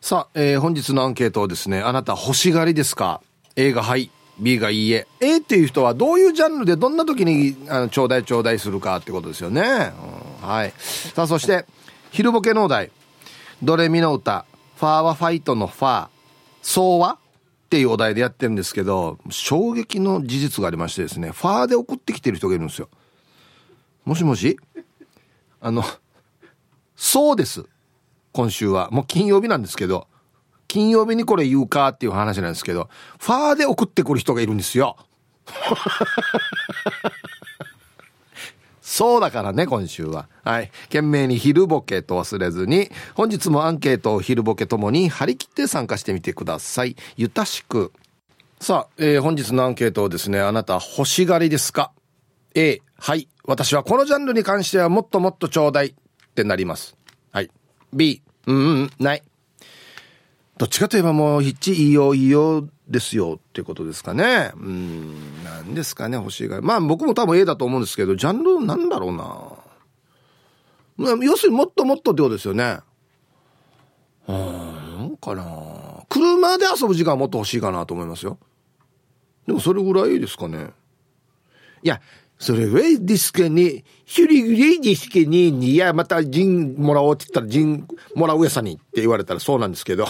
さあ、本日のアンケートをですね、あなた欲しがりですか？ A がはい、B がいいえ。 A っていう人はどういうジャンルでどんな時にちょうだいするかってことですよね、はい。さあ、そして昼ボケのお題、ドレミの歌、ファーはファイトのファー、ソーはっていうお題でやってるんですけど、衝撃の事実がありましてですね、ファーで送ってきてる人がいるんですよ。もしもし、そうです。今週はもう金曜日なんですけど、金曜日にこれ言うかっていう話なんですけど、ファーで送ってくる人がいるんですよ。そうだからね、今週は。はい。懸命に昼ボケと忘れずに、本日もアンケートを昼ボケともに張り切って参加してみてください。ゆたしく。さあ、本日のアンケートをですね、あなた欲しがりですか？ A、はい。私はこのジャンルに関してはもっともっとちょうだいってなります。はい。B、ない。どっちかといえばもういいよですよっていうことですかね。なんですかね、欲しいが。まあ僕も多分 A だと思うんですけど、ジャンルなんだろうな。要するにもっともっとってことですよね。なんかな。車で遊ぶ時間はもっと欲しいかなと思いますよ。でもそれぐらいですかね。いや、それぐらいですかね。一人ぐらいですかね。いや、またジンもらおうって言ったらジンもらうやさにって言われたらそうなんですけど。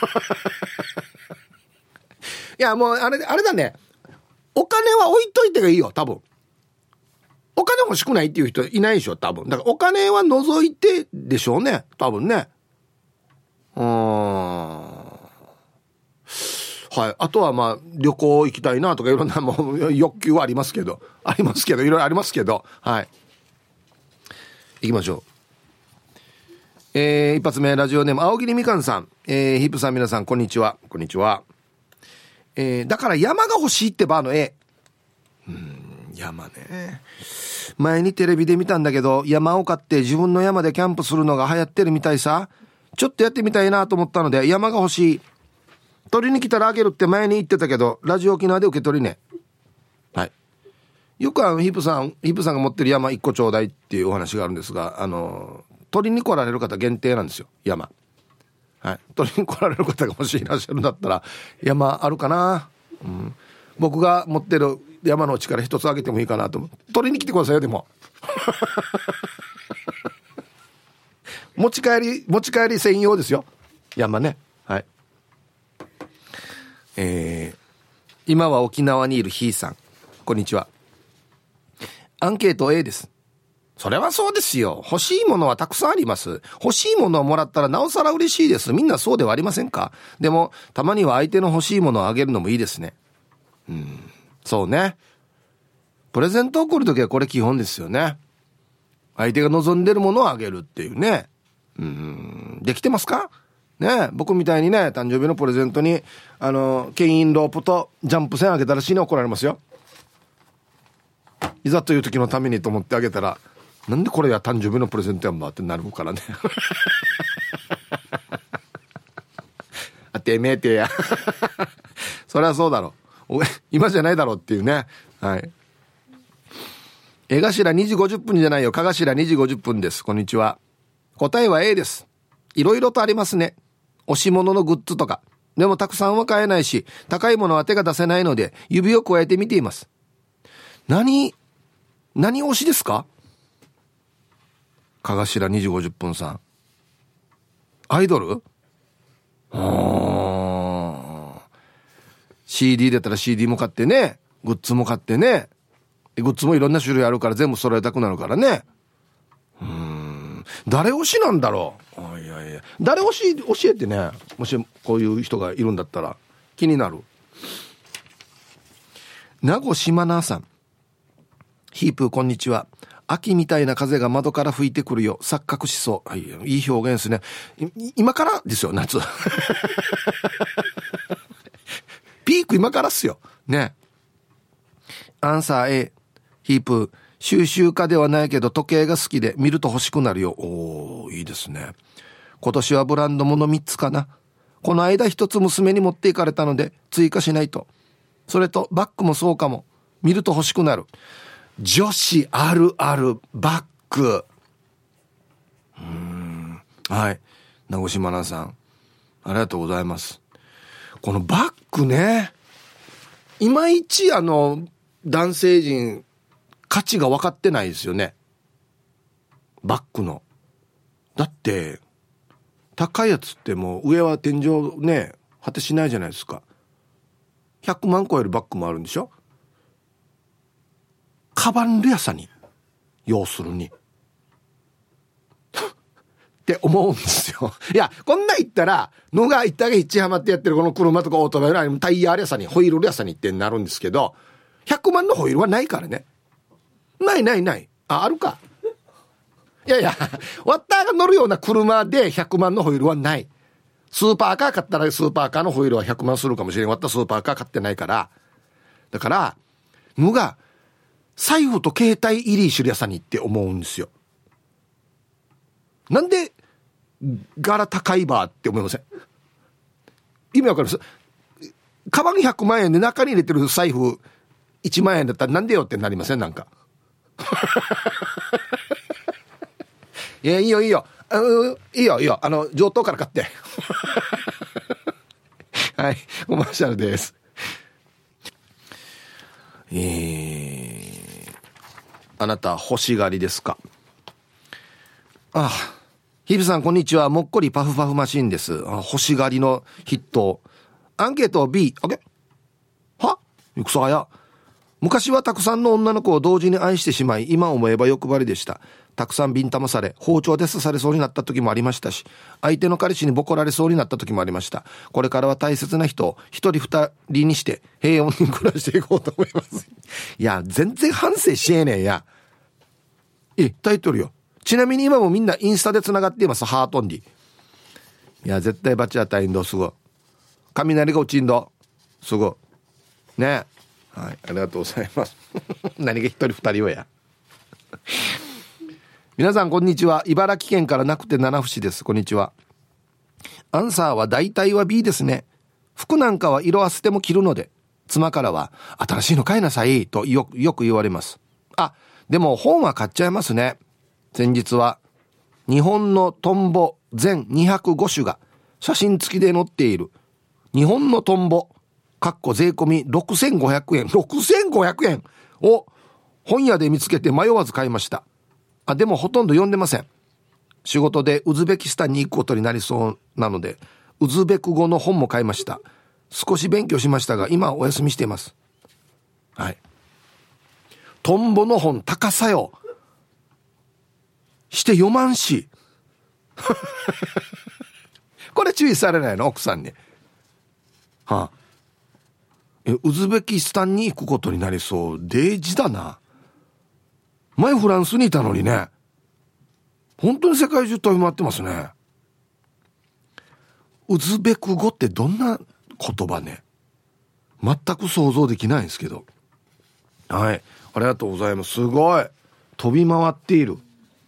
いや、もうあれだね。お金は置いといてがいいよ、多分。お金欲しくないっていう人いないでしょ、多分。だからお金は除いてでしょうね、多分ね。はい。あとはまあ旅行行きたいなとかいろんなもう欲求はありますけど、いろいろありますけど、はい。行きましょう。一発目ラジオネーム青桐みかんさん、ヒップさん、皆さんこんにちは。こんにちは。だから山が欲しいってバーの A。山ね。前にテレビで見たんだけど、山を買って自分の山でキャンプするのが流行ってるみたいさ。ちょっとやってみたいなと思ったので山が欲しい。取りに来たらあげるって前に言ってたけど、ラジオ沖縄で受け取りね。はい。よくヒップさんが持ってる山1個ちょうだいっていうお話があるんですが、取りに来られる方限定なんですよ、山。はい。取りに来られる方がもしいらっしゃるんだったら山あるかな。僕が持ってる山のうちから一つあげてもいいかなと思う。取りに来てくださいよ。でも持ち帰り専用ですよ、山ね。はい。今は沖縄にいるひーさん、こんにちは。アンケート A です。それはそうですよ。欲しいものはたくさんあります。欲しいものをもらったらなおさら嬉しいです。みんなそうではありませんか？でもたまには相手の欲しいものをあげるのもいいですね。そうね。プレゼントを送るときはこれ基本ですよね。相手が望んでるものをあげるっていうね。できてますかね。僕みたいにね、誕生日のプレゼントに牽引ロープとジャンプ線あげたら死に怒られますよ。いざという時のためにと思ってあげたら、なんでこれや誕生日のプレゼントやんばってなるからね。あてめえてや。そりゃそうだろう。今じゃないだろうっていうね。はい。江頭2時50分じゃないよ。かがしら2時50分です。こんにちは。答えは A です。いろいろとありますね。推し物のグッズとか。でもたくさんは買えないし、高いものは手が出せないので、指を加えて見ています。何推しですか？かがしら2時50分さん。アイドル？CD だったら CD も買ってね。グッズも買ってね。グッズもいろんな種類あるから全部揃えたくなるからね。誰推しなんだろう。いや誰推し教えてね。もしこういう人がいるんだったら気になる。名護島奈さん、ヒープこんにちは。秋みたいな風が窓から吹いてくるよ。錯覚しそう。いい表現ですね。今からですよ、夏。ピーク今からっすよね。アンサー A。 ヒープ、収集家ではないけど時計が好きで見ると欲しくなるよ。おー、いいですね。今年はブランド物3つかな。この間1つ娘に持っていかれたので追加しないと。それとバッグもそうかも。見ると欲しくなる。女子あるあるバッグ。はい。名越真奈さん。 ありがとうございます。このバッグね、いまいち男性陣価値が分かってないですよね、バッグの。だって高いやつってもう上は天井ね果てしないじゃないですか。100万超えるバッグもあるんでしょ。カバンの安さに要するにって思うんですよ。いや、こんな言ったらのが言ったが一ハマってやってるこの車とかオートバイのタイヤレさにホイールレさにってなるんですけど、100万のホイールはないからね。ない。あるか。いやワッターが乗るような車で100万のホイールはない。スーパーカー買ったらスーパーカーのホイールは100万するかもしれん。ワッタースーパーカー買ってないから。だからのが財布と携帯入りしるやさにって思うんですよ。なんで柄高いばって思いません？意味わかります？カバン100万円で中に入れてる財布1万円だったらなんでよってなりません？なんかいや、いいよ上等から買ってはい、コマーシャルです。あなた欲しがりですか？あ、ヒブさんこんにちは。もっこりパフパフマシンです。欲しがりの筆頭。アンケート B。 あげはクソ早。昔はたくさんの女の子を同時に愛してしまい、今思えば欲張りでした。たくさんビンタもされ、包丁で刺されそうになった時もありましたし、相手の彼氏にボコられそうになった時もありました。これからは大切な人を一人二人にして平穏に暮らしていこうと思います。いや、全然反省しえねえや。タイトルよ。ちなみに今もみんなインスタでつながっています。ハートンディ。いや、絶対バチ当たりんどすごい。雷が落ちんどすごいね。はい、ありがとうございます何が一人二人はや皆さんこんにちは。茨城県からなくて七節です。こんにちは。アンサーは大体は B ですね。服なんかは色あせても着るので、妻からは新しいの買いなさいとよく言われます。あ、でも本は買っちゃいますね。先日は日本のトンボ全205種が写真付きで載っている日本のトンボ税込み6500円を本屋で見つけて迷わず買いました。でもほとんど読んでません。仕事でウズベキスタンに行くことになりそうなのでウズベク語の本も買いました。少し勉強しましたが今はお休みしています。はい。トンボの本高さよして読まんしこれ注意されないの奥さんに。はあ、ウズベキスタンに行くことになりそう。デージだな。前フランスにいたのにね。本当に世界中飛び回ってますね。ウズベク語ってどんな言葉ね。全く想像できないんですけど。はい、ありがとうございます。すごい飛び回っている。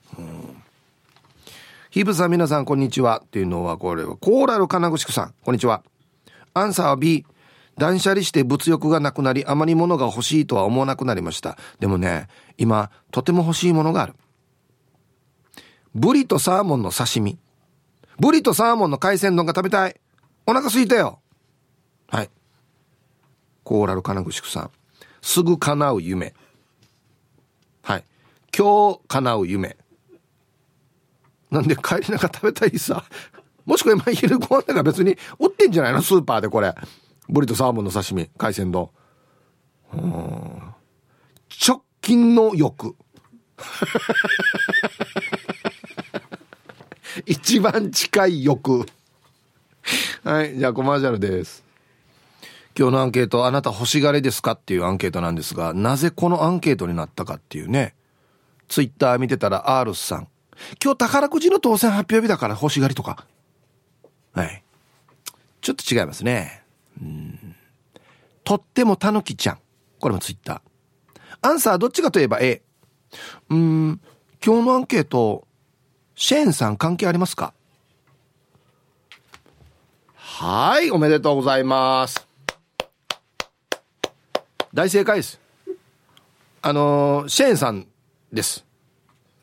ヒブさん皆さんこんにちはっていうのは、これはコーラル金具さんこんにちは。アンサーは B。断捨離して物欲がなくなり、あまり物が欲しいとは思わなくなりました。でもね、今とても欲しいものがある。ブリとサーモンの刺身、ブリとサーモンの海鮮丼が食べたい。お腹空いたよ。はい、コーラル金具さん、すぐ叶う夢。はい、今日叶う夢なんで帰りなんか食べたいさ。もしくは今昼ご飯なんか別に売ってんじゃないの、スーパーで。これブリとサーモンの刺身海鮮丼。直近の欲一番近い欲。はい、じゃあコマーシャルです。今日のアンケート、あなた欲しがりですかっていうアンケートなんですが、なぜこのアンケートになったかっていうね。ツイッター見てたら R さん、今日宝くじの当選発表日だから欲しがりとか。はい、ちょっと違いますね。とってもたぬきちゃん、これもツイッター。アンサーどっちかといえば A。 今日のアンケートシェーンさん関係ありますか？はい、おめでとうございます。大正解です。シェーンさんです。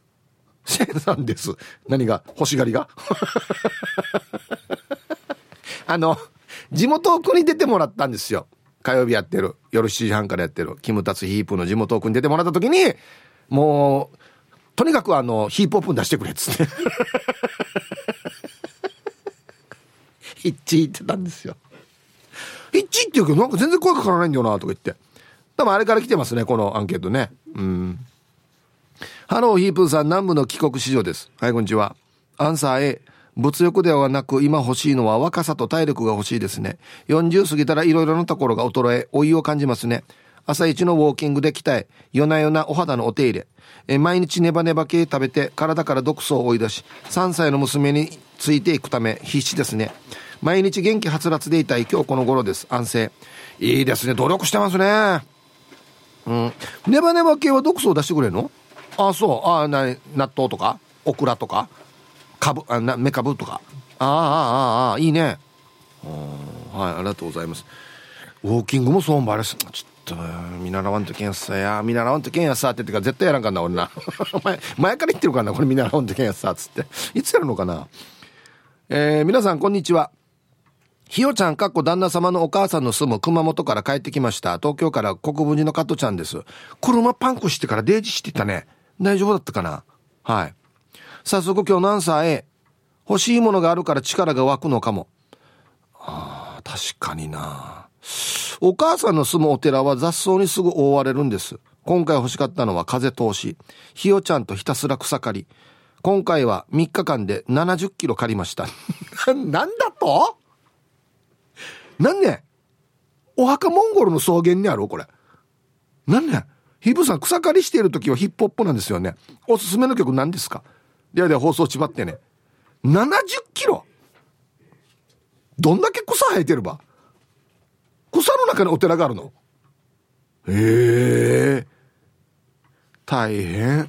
シェーンさんです。何が欲しがりが地元区に出てもらったんですよ。火曜日やってる、夜7時半からやってるキムタツヒープの地元区に出てもらった時に、もうとにかくヒープホップ出してくれっつってヒッチーってたんですよ。ヒッチーって言うけどなんか全然声かからないんだよなとか言って、多分あれから来てますね、このアンケートね。ハローヒープーさん、南部の帰国子女です。はい、こんにちは。アンサー A、物欲ではなく今欲しいのは若さと体力が欲しいですね。40過ぎたらいろいろなところが衰え、老いを感じますね。朝一のウォーキングで鍛え、夜な夜なお肌のお手入れ、毎日ネバネバ系食べて体から毒素を追い出し、3歳の娘についていくため必死ですね。毎日元気はつらつでいたい今日この頃です。安静。いいですね、努力してますね。ネバネバ系は毒素を出してくれるの？あ、そう。納豆とかオクラとかメカブとか。いいね。はい、ありがとうございます。ウォーキングもそうばれす。ちょっと見習わんとけんやさって言ってから絶対やらんかんな俺な前から言ってるからな、これ見習わんとけんやさっつって。いつやるのかな。皆さんこんにちは。ひよちゃんかっこ旦那様のお母さんの住む熊本から帰ってきました。東京から国分寺の加トちゃんです。車パンクしてからデージしてたね。大丈夫だったかな。はい、早速今日のアンサー A、 欲しいものがあるから力が湧くのかも。確かにな。お母さんの住むお寺は雑草にすぐ覆われるんです。今回欲しかったのは風通し。ひよちゃんとひたすら草刈り。今回は3日間で70キロ刈りましたなんだと？なんね、お墓モンゴルの草原にあるこれ。なんね、ヒブさん草刈りしている時はヒップホップなんですよね。おすすめの曲何ですか？では放送ちばってね。70キロ、どんだけ草生えてるば。草の中にお寺があるの？大変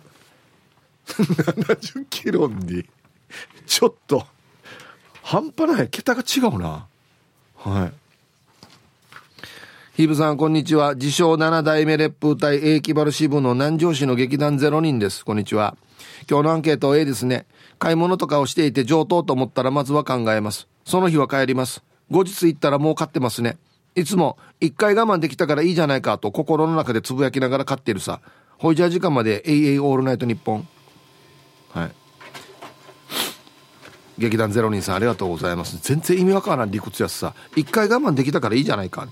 70キロにちょっと半端ない、桁が違うな。はい。ヒブさんこんにちは。自称7代目烈風隊英気原支部の南城市の劇団0人です。こんにちは。今日のアンケート A ですね。買い物とかをしていて上等と思ったらまずは考えます。その日は帰ります。後日行ったらもう買ってますね。いつも一回我慢できたからいいじゃないかと心の中でつぶやきながら買ってるさ。ほいじゃ時間まで AA オールナイトニッポン。はい。劇団0人さんありがとうございます。全然意味わからん理屈やすさ。一回我慢できたからいいじゃないか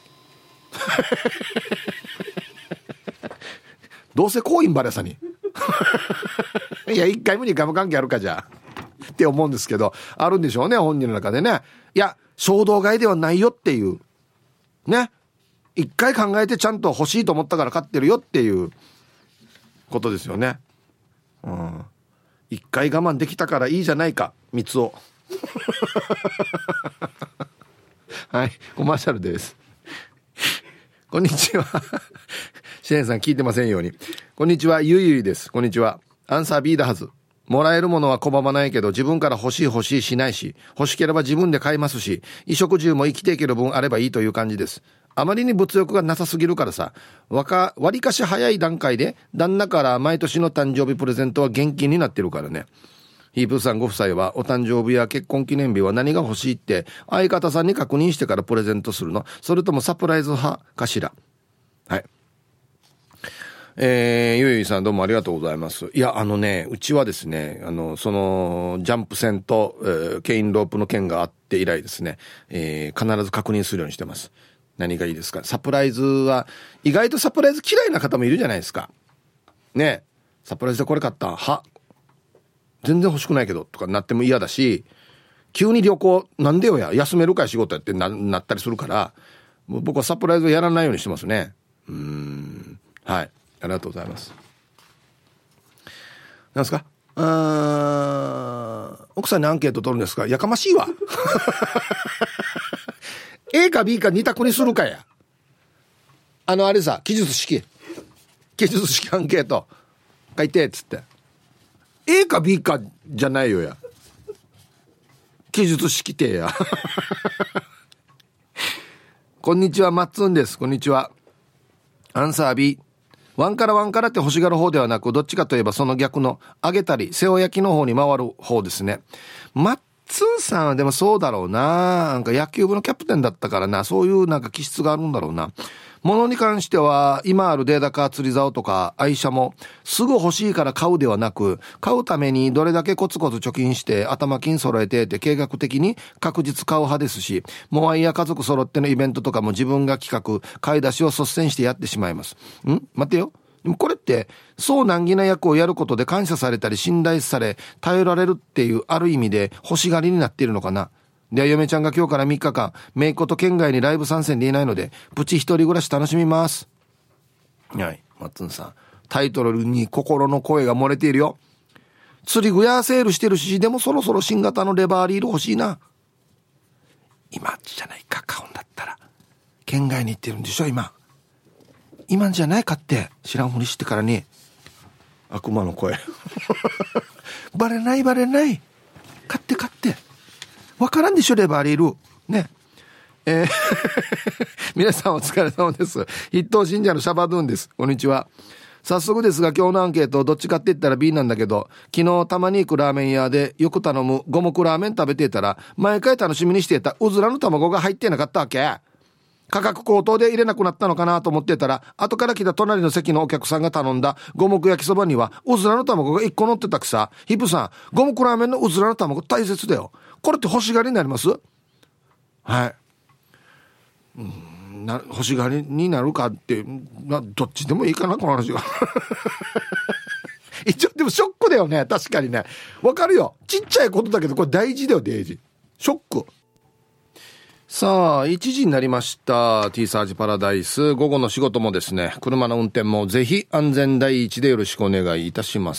どうせコインバレさにいや一回も二回も関係あるかじゃって思うんですけど、あるんでしょうね本人の中でね。いや衝動買いではないよっていうね、一回考えてちゃんと欲しいと思ったから買ってるよっていうことですよね。一回我慢できたからいいじゃないか三つをはい、コマーシャルです。こんにちはシェーンさん聞いてませんように。こんにちは、ゆいゆいです。こんにちは。アンサー B だはず。もらえるものは拒まないけど自分から欲しいしないし、欲しければ自分で買いますし、衣食住も生きていける分あればいいという感じです。あまりに物欲がなさすぎるからさ、割かし早い段階で旦那から毎年の誕生日プレゼントは現金になってるからね。ヒープーさんご夫妻はお誕生日や結婚記念日は何が欲しいって相方さんに確認してからプレゼントするの？それともサプライズ派かしら？はい。ゆいゆいさんどうもありがとうございます。いやうちはですねそのジャンプ船と、ケインロープの件があって以来ですね、必ず確認するようにしてます。何がいいですか？サプライズは意外とサプライズ嫌いな方もいるじゃないですかね。サプライズでこれ買った全然欲しくないけどとかなっても嫌だし、急に旅行なんでよや休めるかい仕事やってなったりするから、もう僕はサプライズをやらないようにしてますね。はい、ありがとうございます。なんですか？奥さんにアンケート取るんですか？やかましいわA か B か2択にするかや。あれさ、記述式アンケート書いてっつって、A か B かじゃないよや。記述式定やこんにちは、マッツンです。こんにちは。アンサー B。ワンからって欲しがる方ではなく、どっちかといえばその逆の上げたり背負焼きの方に回る方ですね。全ツンさんはでもそうだろうな。なんか野球部のキャプテンだったからな。そういうなんか気質があるんだろうな。物に関しては今あるデータカー釣り竿とか愛車もすぐ欲しいから買うではなく、買うためにどれだけコツコツ貯金して頭金揃えてって計画的に確実買う派ですし、モアイや家族揃ってのイベントとかも自分が企画買い出しを率先してやってしまいます。待てよ。でもこれってそう難儀な役をやることで感謝されたり信頼され頼られるっていうある意味で欲しがりになっているのかな。では嫁ちゃんが今日から3日間姪っ子と県外にライブ参戦でいないのでプチ一人暮らし楽しみます。はい、マッツンさん、タイトルに心の声が漏れているよ。釣り具屋セールしてるし、でもそろそろ新型のレバーリール欲しいな。今じゃないか、買うんだったら県外に行ってるんでしょ。今じゃないかって知らんふりしてからに悪魔の声バレない買ってわからんでしょレバーリールね。皆さんお疲れ様です。筆頭信者のシャバドゥンです。こんにちは。早速ですが今日のアンケートどっちかって言ったら B なんだけど、昨日たまに行くラーメン屋でよく頼む五目ラーメン食べてたら毎回楽しみにしていたうずらの卵が入ってなかったわけ。価格高騰で入れなくなったのかなと思ってたら、後から来た隣の席のお客さんが頼んだ五目焼きそばにはうずらの卵が1個乗ってたくさ。ヒップさん、五目ラーメンのうずらの卵大切だよ。これって欲しがりになります？はい。欲しがりになるかってどっちでもいいかなこの話は一応でもショックだよね。確かにね、わかるよ。ちっちゃいことだけどこれ大事だよ。大事。ショック。さあ1時になりました。 T サージパラダイス、午後の仕事もですね、車の運転もぜひ安全第一でよろしくお願いいたします。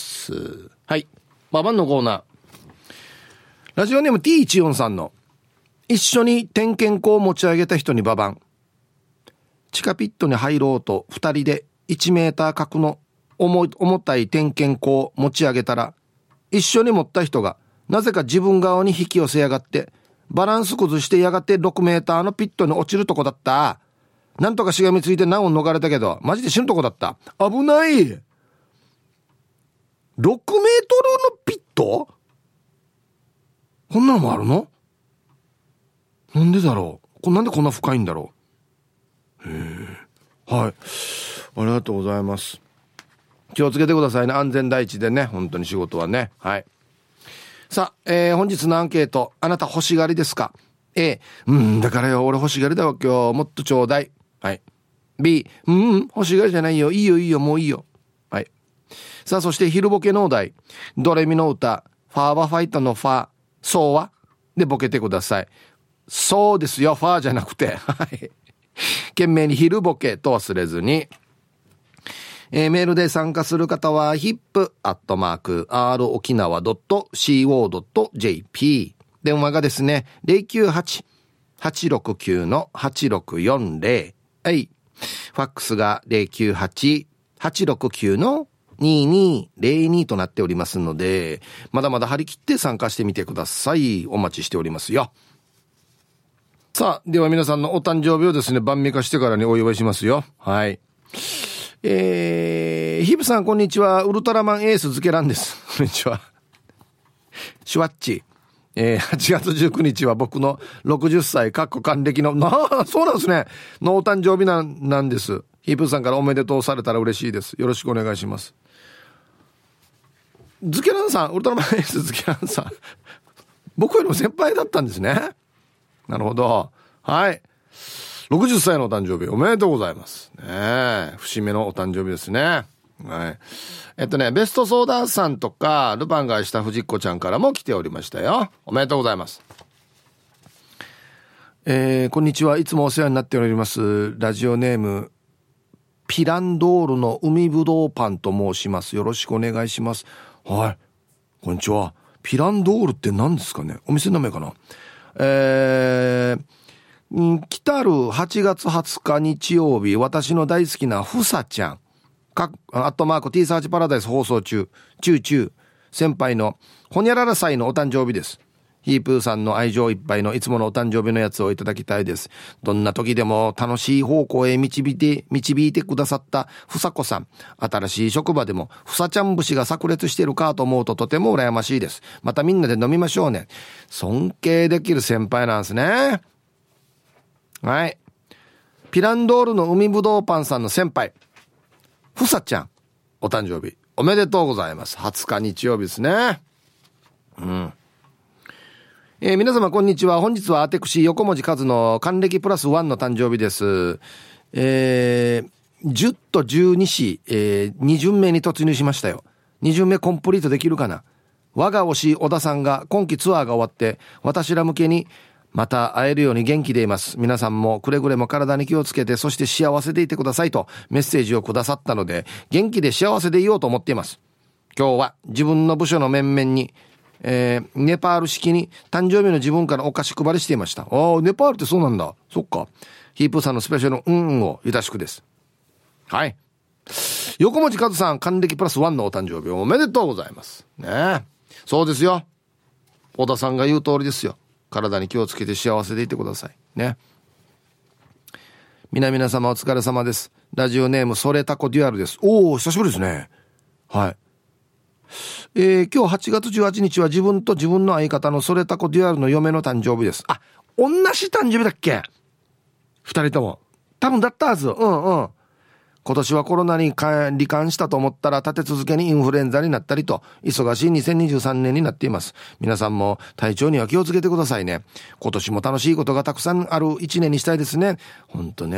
はい、ババンのコーナー。ラジオネーム T14 さんの、一緒に点検口を持ち上げた人にババン。地下ピットに入ろうと2人で1メーター角の重たい点検口を持ち上げたら、一緒に持った人がなぜか自分側に引き寄せやがってバランス崩してやがて6メーターのピットに落ちるとこだった。なんとかしがみついて難を逃れたけどマジで死ぬとこだった。危ない。6メートルのピット、こんなのもあるの？なんでだろう。なんでこんな深いんだろう。はい、ありがとうございます。気をつけてくださいね。安全第一でね、本当に仕事はね。はい。さあ、本日のアンケート、あなた欲しがりですか？ A、 だからよ俺欲しがりだわけよ、もっとちょうだい。はい。 B、 欲しがりじゃないよ、いいよもういいよ。はい。さあ、そして昼ボケのお題、ドレミの歌ファーバファイトのファー、そうはでボケてください。そうですよ、ファーじゃなくてはい。懸命に昼ボケと忘れずに。メールで参加する方は hip@rokinawa.co.jp、 電話がですね 098-869-8640、 はい。ファックスが 098-869-2202 となっておりますので、まだまだ張り切って参加してみてください。お待ちしておりますよ。さあ、では皆さんのお誕生日をですね晩御飯してからにお祝いしますよ。はい。ヒブさんこんにちは。ウルトラマンエースズケランです。こんにちは。シュワッチ。8月19日は僕の60歳還暦のそうなんですねのお誕生日なんです。ヒブさんからおめでとうされたら嬉しいです。よろしくお願いします。ズケランさん、ウルトラマンエースズケランさん僕よりも先輩だったんですね。なるほど。はい。60歳のお誕生日おめでとうございますね。節目のお誕生日ですね。はい。ベストソーダさんとかルパンがした藤子ちゃんからも来ておりましたよ。おめでとうございます。こんにちは。いつもお世話になっておりますラジオネームピランドールの海ぶどうパンと申します。よろしくお願いします。はい、こんにちは。ピランドールって何ですかね。お店の名前かな。来たる8月20日日曜日、私の大好きなふさちゃんアットマーク T サーチパラダイス放送中先輩のほにゃらら祭のお誕生日です。 ヒープーさんの愛情いっぱいのいつものお誕生日のやつをいただきたいです。どんな時でも楽しい方向へ導いてくださったふさこさん。新しい職場でもふさちゃん節が炸裂してるかと思うととても羨ましいです。またみんなで飲みましょうね。尊敬できる先輩なんですね。はい。ピランドールの海ぶどうパンさんの先輩ふさちゃん、お誕生日おめでとうございます。20日日曜日ですね。皆様こんにちは。本日はアテクシ横文字数の還暦プラス1の誕生日です。10と12子、2巡目に突入しましたよ。2巡目コンプリートできるかな。我が推し小田さんが今季ツアーが終わって私ら向けにまた会えるように元気でいます。皆さんもくれぐれも体に気をつけて、そして幸せでいてくださいとメッセージをくださったので、元気で幸せでいようと思っています。今日は自分の部署の面々にネパール式に誕生日の自分からお菓子配りしていました。ネパールってそうなんだ。そっか。ヒープーさんのスペシャルをゆたしくです。はい。横持和さん還暦プラス1のお誕生日おめでとうございますね。そうですよ。小田さんが言う通りですよ。体に気をつけて幸せでいてくださいね。皆様お疲れ様です。ラジオネームそれタコデュアルです。久しぶりですね。はい。今日8月18日は自分と自分の相方のソレタコデュアルの嫁の誕生日です。同じ誕生日だっけ？2人とも多分だったはず。今年はコロナに罹患したと思ったら立て続けにインフルエンザになったりと忙しい2023年になっています。皆さんも体調には気をつけてくださいね。今年も楽しいことがたくさんある1年にしたいですね。ほんとね。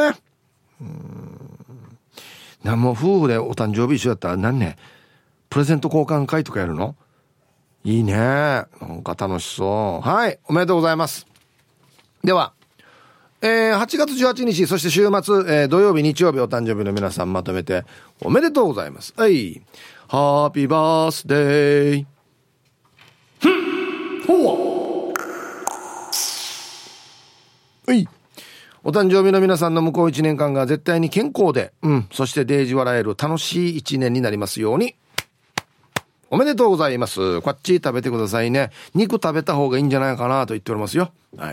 もう夫婦でお誕生日一緒だったら何ね、プレゼント交換会とかやるの？いいね。なんか楽しそう。はい、おめでとうございます。では8月18日、そして週末、土曜日、日曜日お誕生日の皆さんまとめておめでとうございます。はい。ハッピーバースデー。はい。お誕生日の皆さんの向こう1年間が絶対に健康で、そしてデージ笑える楽しい1年になりますように。おめでとうございます。こっち食べてくださいね。肉食べた方がいいんじゃないかなと言っておりますよ。はい。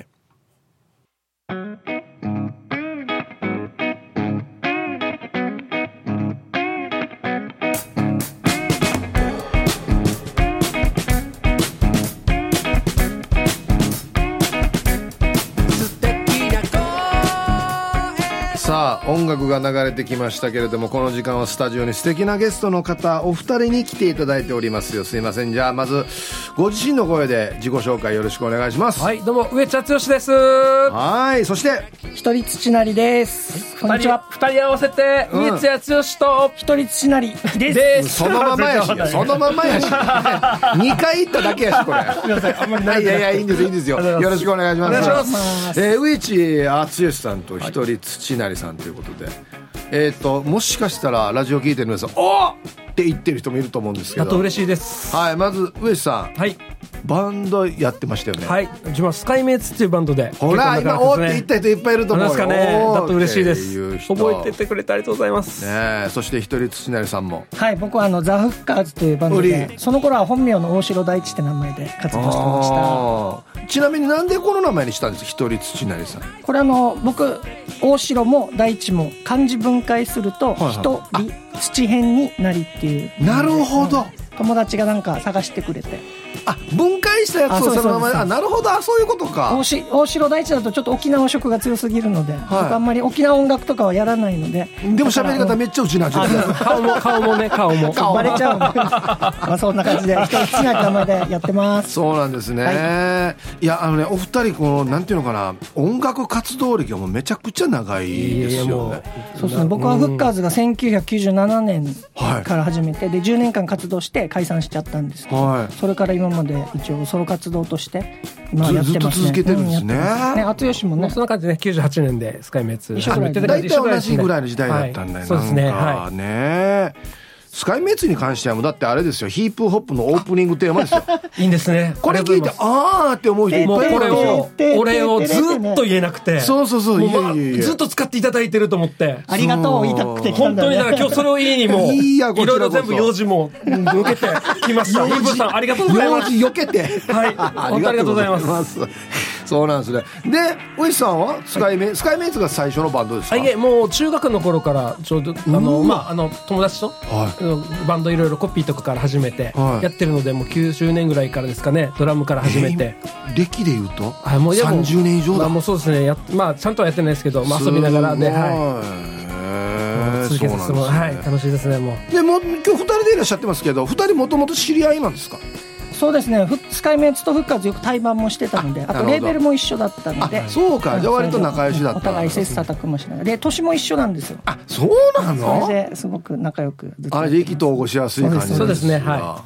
さあ音楽が流れてきましたけれども、この時間はスタジオに素敵なゲストの方お二人に来ていただいておりますよ。すいません。じゃあまずご自身の声で自己紹介よろしくお願いします。 はい、どうも上地敦義です。 はい、そして一人土なりです。こんにちは。 二人合わせて上地敦義と一人土なりです。 そのままやし、そのままやし2回言っただけやしこれ。 すみません、あんまりない。 いやいいんですいいんですよ。よろしくお願いします。 お願いします。 上地敦義さんと一人土なりさんということで、もしかしたらラジオ聞いてる皆さんおーって言ってる人もいると思うんですけど、 あと嬉しいです。 はい、まず上地さん、 はい、 バンドやってましたよね。 はい、自分はスカイメイツっていうバンドで、 ほら今おーって言った人いっぱいいると思うよ。 ですかね。だと嬉しいです。覚えててくれてありがとうございますね。そして一人土成さんも、 はい、僕はザ・フッカーズというバンドで、その頃は本名の大城大地って名前で活動してました。 ちなみになんでこの名前にしたんですか、一人土成さん。 これ僕大城も大地も漢字分解すると人、土辺になりっていう。 なるほど。 友達がなんか探してくれて、 分解したやつをそのまま。なるほど。そういうことか。 大城大地だとちょっと沖縄色が強すぎるので、僕あんまり沖縄音楽とかはやらないので。 でも喋り方めっちゃうちなっちゃう。 顔もね、顔もバレちゃう。そんな感じで一人土なり名前でやってます。 そうなんですね。はい、いやお二人このなんていうのかな、音楽活動歴はもうめちゃくちゃ長いですよね。 そうですね。僕はフッカーズが1997年から始めて、で10年間活動して解散しちゃったんですけど、それから今まで一応ソロ活動として今やってますね。 ずっと続けてるんですね。 敦義もね、 そんな感じで98年でスカイメイツ一緒ぐらいで、 大体同じぐらいの時代だったんだよ。 そうですね。 ね。 スカイメイツに関してはもうだってあれですよ、ヒップホップのオープニングテーマですよ。 いいんですね。 これ聞いてあーって思う人いっぱいいる。 もうこれを俺をずっと言えなくて、 そうそうそう、 ずっと使っていただいてると思って、 ありがとう言いたくて来たんだね。 本当にだから今日それを言いにもいろいろ全部用事も抜けてきました。ヒップさんありがとうございます。 用事避けて、 はい、本当ありがとうございます。 そうなんですね。で、おいさんはスカイメイツが最初のバンドですか？ いえ、もう中学の頃からちょうど友達と、バンドいろいろコピーとかから始めてやってるので、もう90年ぐらいからですかね、ドラムから始めて。 歴で言うともう 30年以上だ。 もうそうですね。ちゃんとはやってないですけど、遊びながらで、続けてます。はい、楽しいですね。もうでも今日2人でいらっしゃってますけど、2人もともと知り合いなんですか？ そうですね、スカイメイツと復活よく対バンもしてたので、あとレーベルも一緒だったので。 そうか、じゃあ割と仲良しだった。 お互い切磋琢磨しながら、で年も一緒なんですよ。 あ、そうなの？ それですごく仲良くずっと。 あれで意気投合しやすい感じなんですか？ そうですね、はい。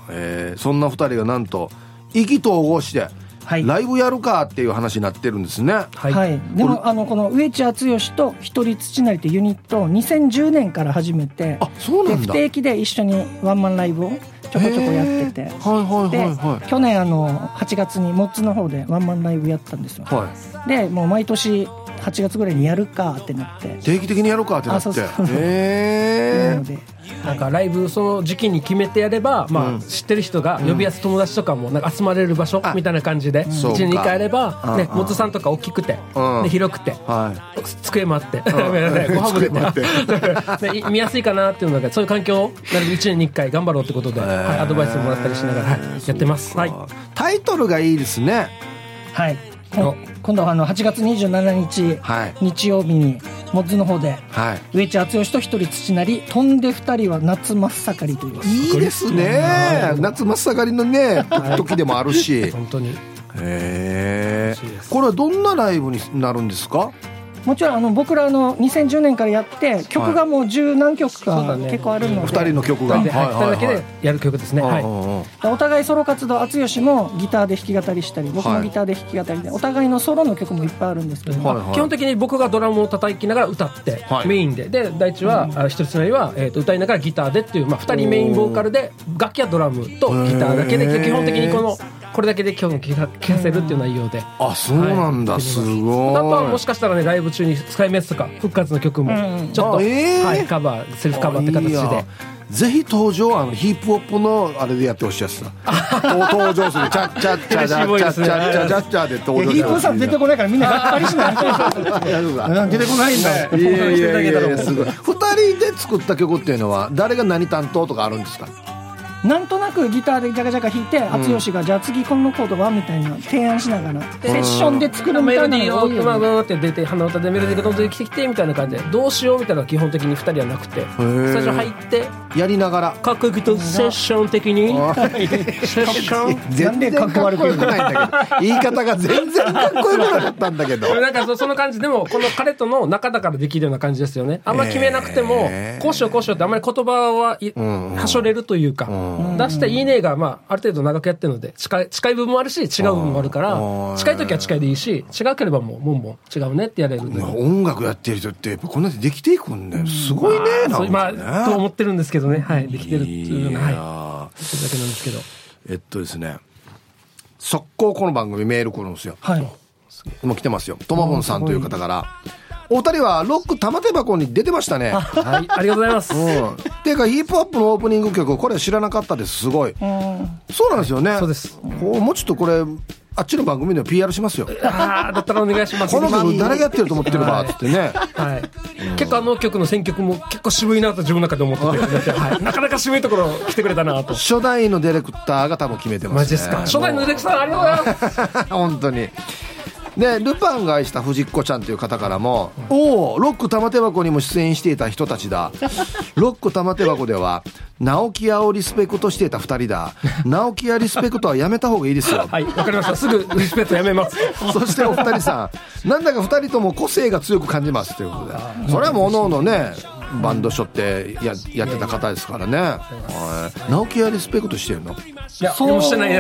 そんな2人がなんと意気投合してライブやるかっていう話になってるんですね。 はい、でもこの植地敦義と一人土成ってユニットを2010年から始めて、 そうなんだ。 で不定期で一緒にワンマンライブをちょこちょこやってて、で去年8月にモッツの方でワンマンライブやったんですよ。でもう毎年8月ぐらいにやるかってなって、 定期的にやるかってなって、 なのでなんかライブその時期に決めてやれば、知ってる人が呼びやすい友達とかもなんか集まれる場所みたいな感じで1年2回やれば、モツさんとか大きくて、広くて、机もあってご飯もあって見やすいかなっていうのが、そういう環境をなるべく1年に1回頑張ろうってことで、アドバイスもらったりしながらやってます。 タイトルがいいですね。 はい、今度は8月27日、日曜日にモッズの方で、植地敦義と一人土成、飛んで2人は夏真っ盛りという。 いいですね、夏真っ盛りのね時でもあるし本当に。 これはどんなライブになるんですか？ もちろん僕ら2010年からやって曲がもう十何曲か結構あるので、 2人の曲が 2人だけでやる曲ですね。 お互いソロ活動、敦義もギターで弾き語りしたり、僕もギターで弾き語りで、お互いのソロの曲もいっぱいあるんですけど、 基本的に僕がドラムを叩きながら歌ってメインで、大地は一人つなぎは歌いながらギターでっていう、2人メインボーカルで、楽器はドラムとギターだけで基本的にこれだけで今日も聴かせるっていう内容で。 そうなんだ、すごい。 あとはもしかしたらね、ライブ中にスカイメイツとか復活の曲もちょっとカバー、セルフカバーって形で。 ぜひ登場、ヒップホップのあれでやってほしいやつだ。登場するチャッチャッチャチャッチャッチャッチャッチャで登場。 ヒップさん出てこないからみんながっかりしない。出てこないんだ。 2人で作った曲っていうのは誰が何担当とかあるんですか？ なんとなくギターでジャカジャカ弾いて、敦義がじゃあ次このコードはみたいな提案しながらセッションで作るみたいなのが多いよね。 メロディーをって出て、鼻歌でメロディーがどんどん来てきてみたいな感じで、どうしようみたいなのが基本的に2人はなくて、最初入ってやりながらかっこよくとセッション的にセッション全然かっこ悪くないんだけど、言い方が全然かっこよくなかったんだけど、 なんかその感じでもこの彼との仲だからできるような感じですよね。あんま決めなくてもこうしようこうしようってあんまり言葉ははしょれるというか、出していいねがある程度長くやってるので、近い部分もあるし違う部分もあるから、近い時は近いでいいし、違ければもう違うねってやれるんで、 音楽やってる人ってやっぱこんなにできていくんだよ。すごいね。 と思ってるんですけどね、できてるっていうのはそれだけなんですけど、 ですね、速攻この番組メール来るんですよ。もう来てますよ。ともぼんさんという方から、お二人はロック玉手箱に出てましたね。 はい、ありがとうございます。 っていうかヒップホップのオープニング曲、これ知らなかったです。すごい。そうなんですよね。 そうです。 もうちょっとこれあっちの番組でも PR しますよ。 だったらお願いします。 この曲誰がやってると思ってるばっつってね。 結構曲の選曲も結構渋いなと自分の中で思ってて、なかなか渋いところ来てくれたなと。 初代のディレクターが多分決めてますね。 マジですか。初代のディレクターありがとうございます。 本当に。でルパンが愛した藤子ちゃんという方からも、ロック玉手箱にも出演していた人たちだ。ロック玉手箱では直木屋をリスペクトしていた2人だ。直木屋リスペクトはやめた方がいいですよ。 はい、わかりました。すぐリスペクトやめます。 そしてお二人さん、なんだか2人とも個性が強く感じますということで、それはもうおのおのねバンドショってやってた方ですからね。直木屋リスペクトしてるの？ いや、そうしてないです。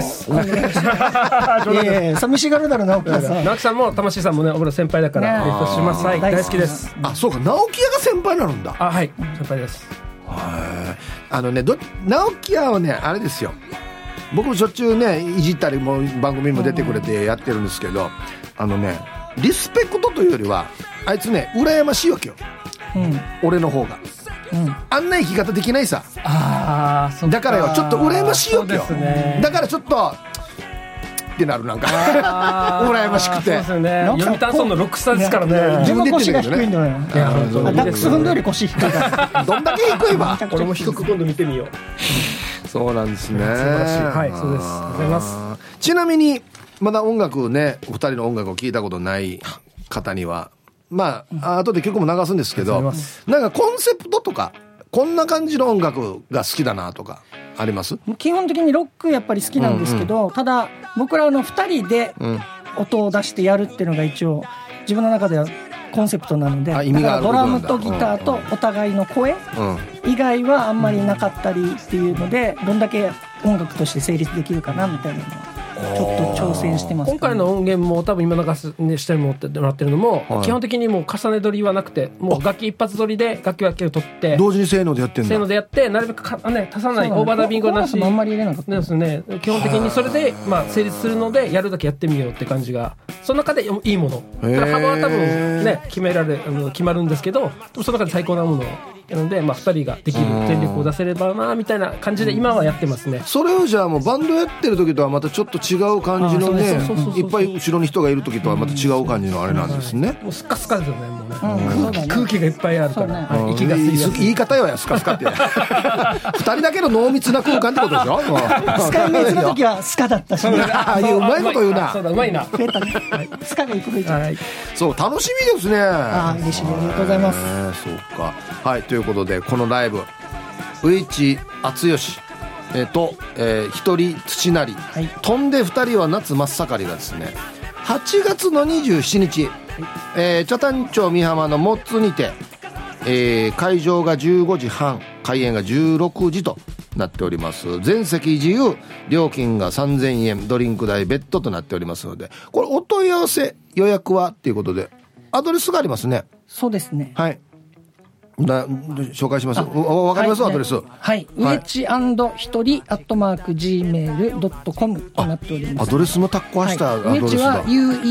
寂しがるだろ直木屋さん。 直木さんも魂さんもね、僕ら先輩だからリスペクトします。はい、大好きです。 そうか、直木屋が先輩になるんだ。 はい、先輩です。 直樹屋はねあれですよ、僕もしょっちゅうねいじったりも番組にも出てくれてやってるんですけど、リスペクトというよりはあいつね羨ましいわけよ、俺の方が、あんな生き方できないさ。だからよちょっと羨ましいわけよ、だからちょっとってなる、なんか羨ましくて。 そうですね、読谷村のロックスターですからね。 自分で腰が低いんだよね。ダックスフンドより腰低いからどんだけ低いわ。 俺も低く今度見てみよう。そうなんですね、素晴らしい。はい、そうです。ありがとうございます。 ちなみにまだ音楽ね、お二人の音楽を聴いたことない方にはまあ後で曲も流すんですけど、なんかコンセプトとかこんな感じの音楽が好きだなとかあります？ 基本的にロックやっぱり好きなんですけど、ただ僕ら2人で音を出してやるっていうのが一応自分の中ではコンセプトなので、だからドラムとギターとお互いの声以外はあんまりなかったりっていうので、どんだけ音楽として成立できるかなみたいなのはちょっと挑戦してます、ね、 今回の音源も多分今流してもらってるのも、基本的にもう重ね取りはなくて、もう楽器一発取りで楽器を取って同時にせーのでやってんだ。 せーのでやってなるべく足さない、オーバーダビングなしあんまり入れなかったですね。基本的にそれで成立するのでやるだけやってみようって感じが、その中でいいもの、幅は多分ね決まるんですけど、その中で最高なものなので、2人ができる全力を出せればなみたいな感じで今はやってますね。 それをじゃあもうバンドやってる時とはまたちょっと違う感じのね、いっぱい後ろに人がいる時とはまた違う感じのあれなんですね。 もうスカスカですよね、もうね、空気がいっぱいあるから、息が吸いやすい。 言い方よやスカスカって2人だけの濃密な空間ってことでしょ。 スカイメイズの時はスカだったし、ね、 うまいこと言うな。 そうだ、うまいな。 スカがいくべき、 そう楽しみですね。 嬉しい、ありがとうございます。 そうか、はい、ということでこのライブ上地敦義と、一人土成、飛んで2人は夏真っ盛りがですね8月の27日、北谷町美浜のモッツにて、会場が15時半開演が16時となっております。全席自由、料金が3000円、ドリンク代別途となっておりますので、これお問い合わせ予約はっていうことでアドレスがありますね。 そうですね、 はい、紹介します。わかります、アドレス。 はい、ウエチ&一人@gmail.com となっております。 アドレスもタッコはしたアドレスだ。 ウエチは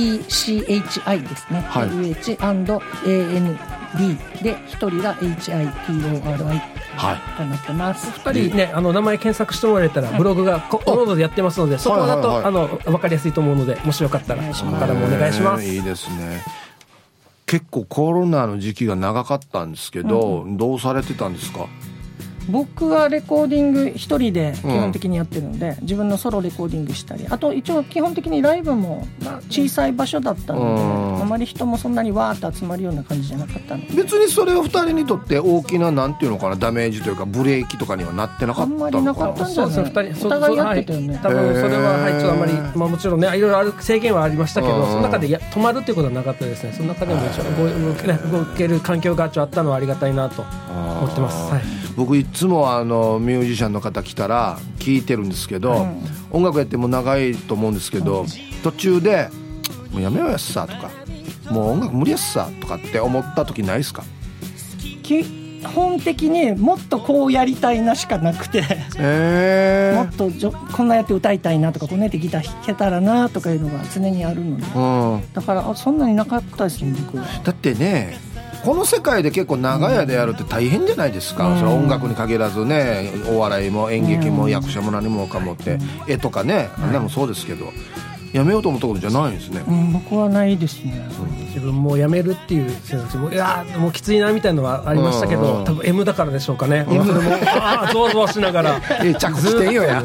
UECHI ですね。ウエチ&AND で一人が HITORI となってます。 2人ね、名前検索してもらえたらブログがおのどでやってますので、そこだと分かりやすいと思うので、もしよかったらそこからもお願いします。 いいですね。結構コロナの時期が長かったんですけど、どうされてたんですか？ 僕はレコーディング一人で基本的にやってるので、自分のソロレコーディングしたり、あと一応基本的にライブも小さい場所だったので、あまり人もそんなにわーって集まるような感じじゃなかったので、 別にそれを2人にとって大きななんていうのかな、ダメージというかブレーキとかにはなってなかったのかな。 あんまりなかったんじゃない。お互いやってたよね。 多分それはちょっとあんまり、もちろんねいろいろある制限はありましたけど、その中で止まるっていうことはなかったですね。その中でも一応動ける環境があったのはありがたいなと思ってます。 僕いつもミュージシャンの方来たら聞いてるんですけど、音楽やっても長いと思うんですけど、途中でもうやめようやっさとか、もう音楽無理やっさとかって思った時ないですか？ 基本的にもっとこうやりたいなしかなくて、もっとこんなやって歌いたいなとか、こんなやってギター弾けたらなとかいうのが常にあるので、だからそんなになかったですね、僕は。 だってね、この世界で結構長屋でやるって大変じゃないですか。それ音楽に限らずね、お笑いも演劇も役者も何もかもって、絵とかね、何もそうですけど、やめようと思ったことじゃないんですね。 僕はないですね。 自分もやめるっていう選択肢も、いやもうきついなみたいなのはありましたけど、多分 M だからでしょうかね。M でもゾワゾワしながら着地点よや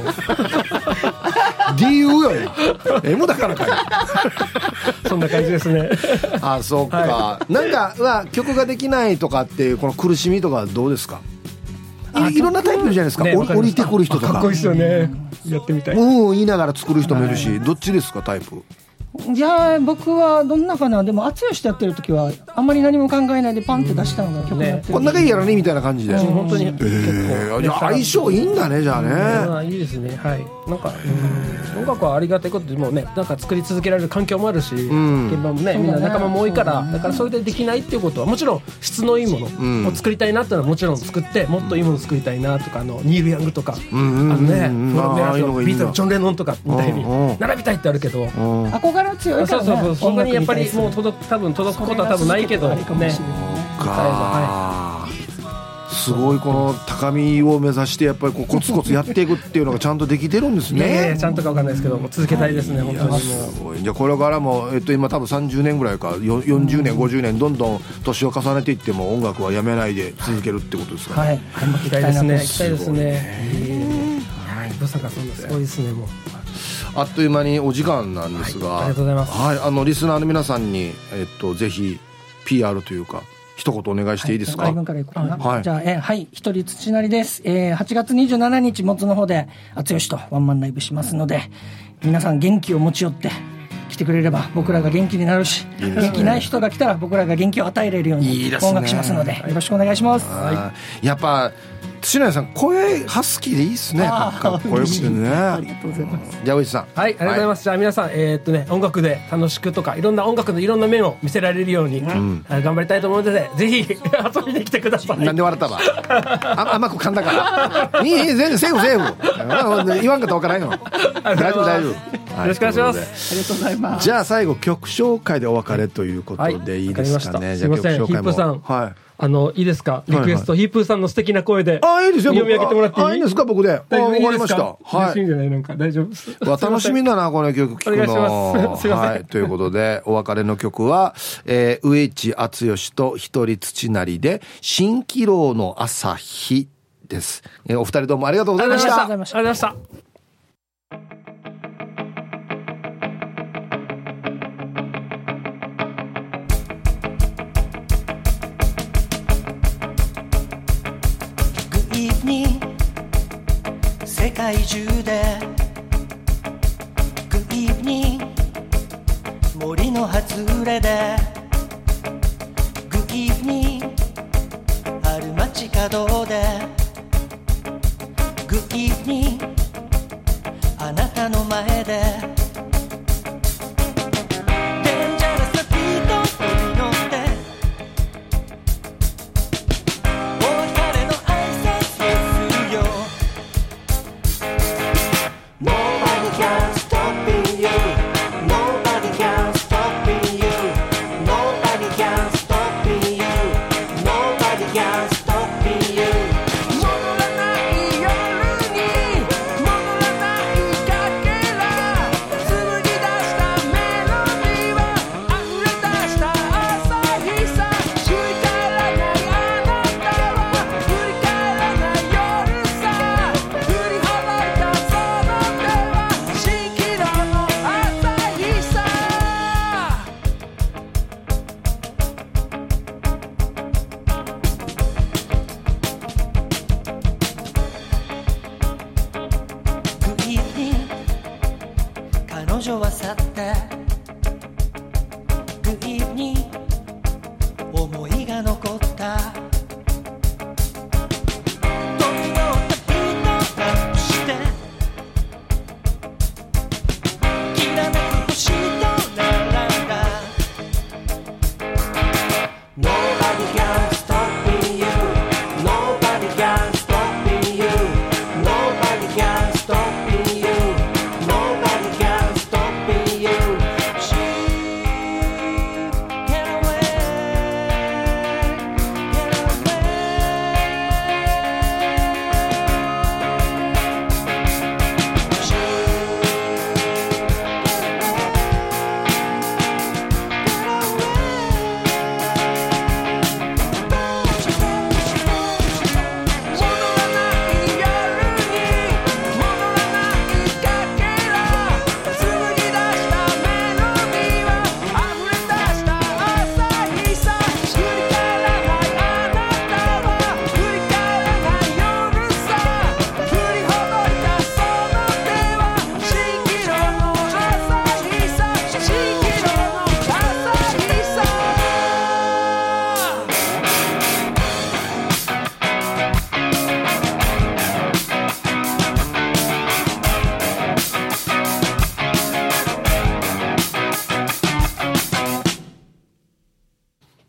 理由よや M だからかよそんな感じですね。 あ、そうか、なんか曲ができないとかっていうこの苦しみとかどうですか？いろんなタイプいるじゃないですか、ね、降りてくる人とか。 かっこいいですよね。やってみたい言いながら作る人もいるし、どっちですかタイプ？ いや僕はどんなかな。でも淳とやってる時はあんまり何も考えないでパンって出したのが曲になってる、 こんだけいいやらねみたいな感じで、 本当に結構、 じゃあ相性いいんだねじゃあね。 いいですね。はい。なんか音楽はありがたいことでもね、なんか作り続けられる環境もあるし、現場もねみんな仲間も多いから、だからそれでできないっていうことはもちろん質のいいものを作りたいなっていうのはもちろん作って、もっといいものを作りたいなとか、ニール・ヤングとか、ビートルズ、ジョン・レノンとかみたいに並びたいってあるけど、 憧れは強いからね。 そうそんなにやっぱりもう多分届くことは多分ないけどね。 すごいこの高みを目指してやっぱりこうコツコツやっていくっていうのがちゃんとできてるんですね。 ちゃんとかわかんないですけども続けたいですね。本当にもうすごい。じゃあこれからも今多分30年ぐらいか40年50年どんどん年を重ねていっても音楽はやめないで続けるってことですかね。 はい、 行きたいですね。行きたいですね。ブサカさんすごいですね。もうあっという間にお時間なんですが、 ありがとうございます。 はい、リスナーの皆さんにぜひ PR というか一言お願いしていいですか。 じゃあ、はい、一人土なりです。8月27日モツの方で淳とワンマンライブしますので、皆さん元気を持ち寄って来てくれれば僕らが元気になるし、元気ない人が来たら僕らが元気を与えれるように音楽しますので、よろしくお願いします。 やっぱ土屋さん声ハスキーでいいっすね。かっこよくてね。 ありがとうございます。 じゃあ上地さん、 はい、ありがとうございます。じゃあ皆さん音楽で楽しくとかいろんな音楽のいろんな面を見せられるように、頑張りたいと思うので、ぜひ遊びに来てください。 なんで笑ったわ。甘く噛んだから。いい全然セーフ言わんかったらわからないの。大丈夫、 よろしくお願いします。 ありがとうございます。 じゃあ最後曲紹介でお別れということでいいですかね。 すいません、ヒップさん、いいですか、リクエスト、ヒープーさんの素敵な声でいいですよ、 読み上げてもらっていい？ いいですか、僕で。わかりました。 はい。なんか大丈夫です。 楽しみだなこの曲聴くの。 お願いします。すいません。 ということでお別れの曲は上地淳と一人土なりで蜃気楼の朝日です。お二人どうもありがとうございました。 ありがとうございました。 世界中でグイーに森の外れでグイーにある街角でグイーにあなたの前でデンジャラスなビートに乗ってお別れの挨拶をするよ。Nobody can stop you. Nobody can stop you. Nobody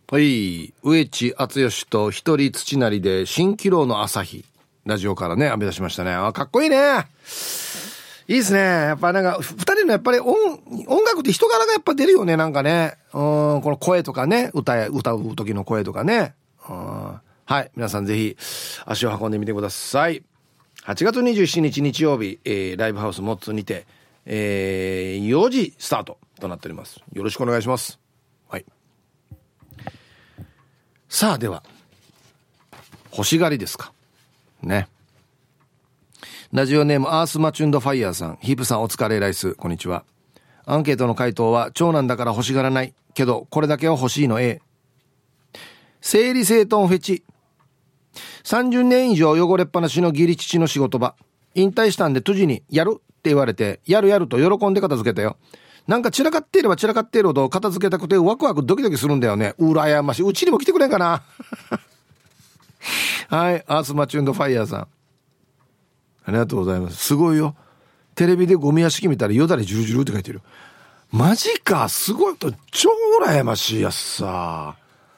はい、植地厚義と一人土なりで蜃気楼の朝日、ラジオからね編み出しましたね。あ、かっこいいね。いいですね。やっぱなんか二人のやっぱり音楽って人柄がやっぱ出るよね。なんかね、この声とかね、歌う時の声とかね。はい、皆さんぜひ足を運んでみてください。8月27日日曜日、ライブハウスモッツにて、4時スタートとなっております。よろしくお願いします。はい。さあでは欲しがりですかね。ラジオネームアースマチュンドファイヤーさん、ヒープさんお疲れライス、こんにちは。アンケートの回答は長男だから欲しがらないけどこれだけは欲しいの A。 整理整頓フェチ。30年以上汚れっぱなしの義理父の仕事場、引退したんでトゥジにやるって言われてやると喜んで片付けたよ。なんか散らかっていれば散らかっているほど片付けたくてワクワクドキドキするんだよね。羨ましい。うちにも来てくれんかなはい、アースマチュンドファイヤーさんありがとうございます。すごいよ。テレビでゴミ屋敷見たらよだれジュルジュルって書いてる。マジか、すごいと超羨ましいやつさ。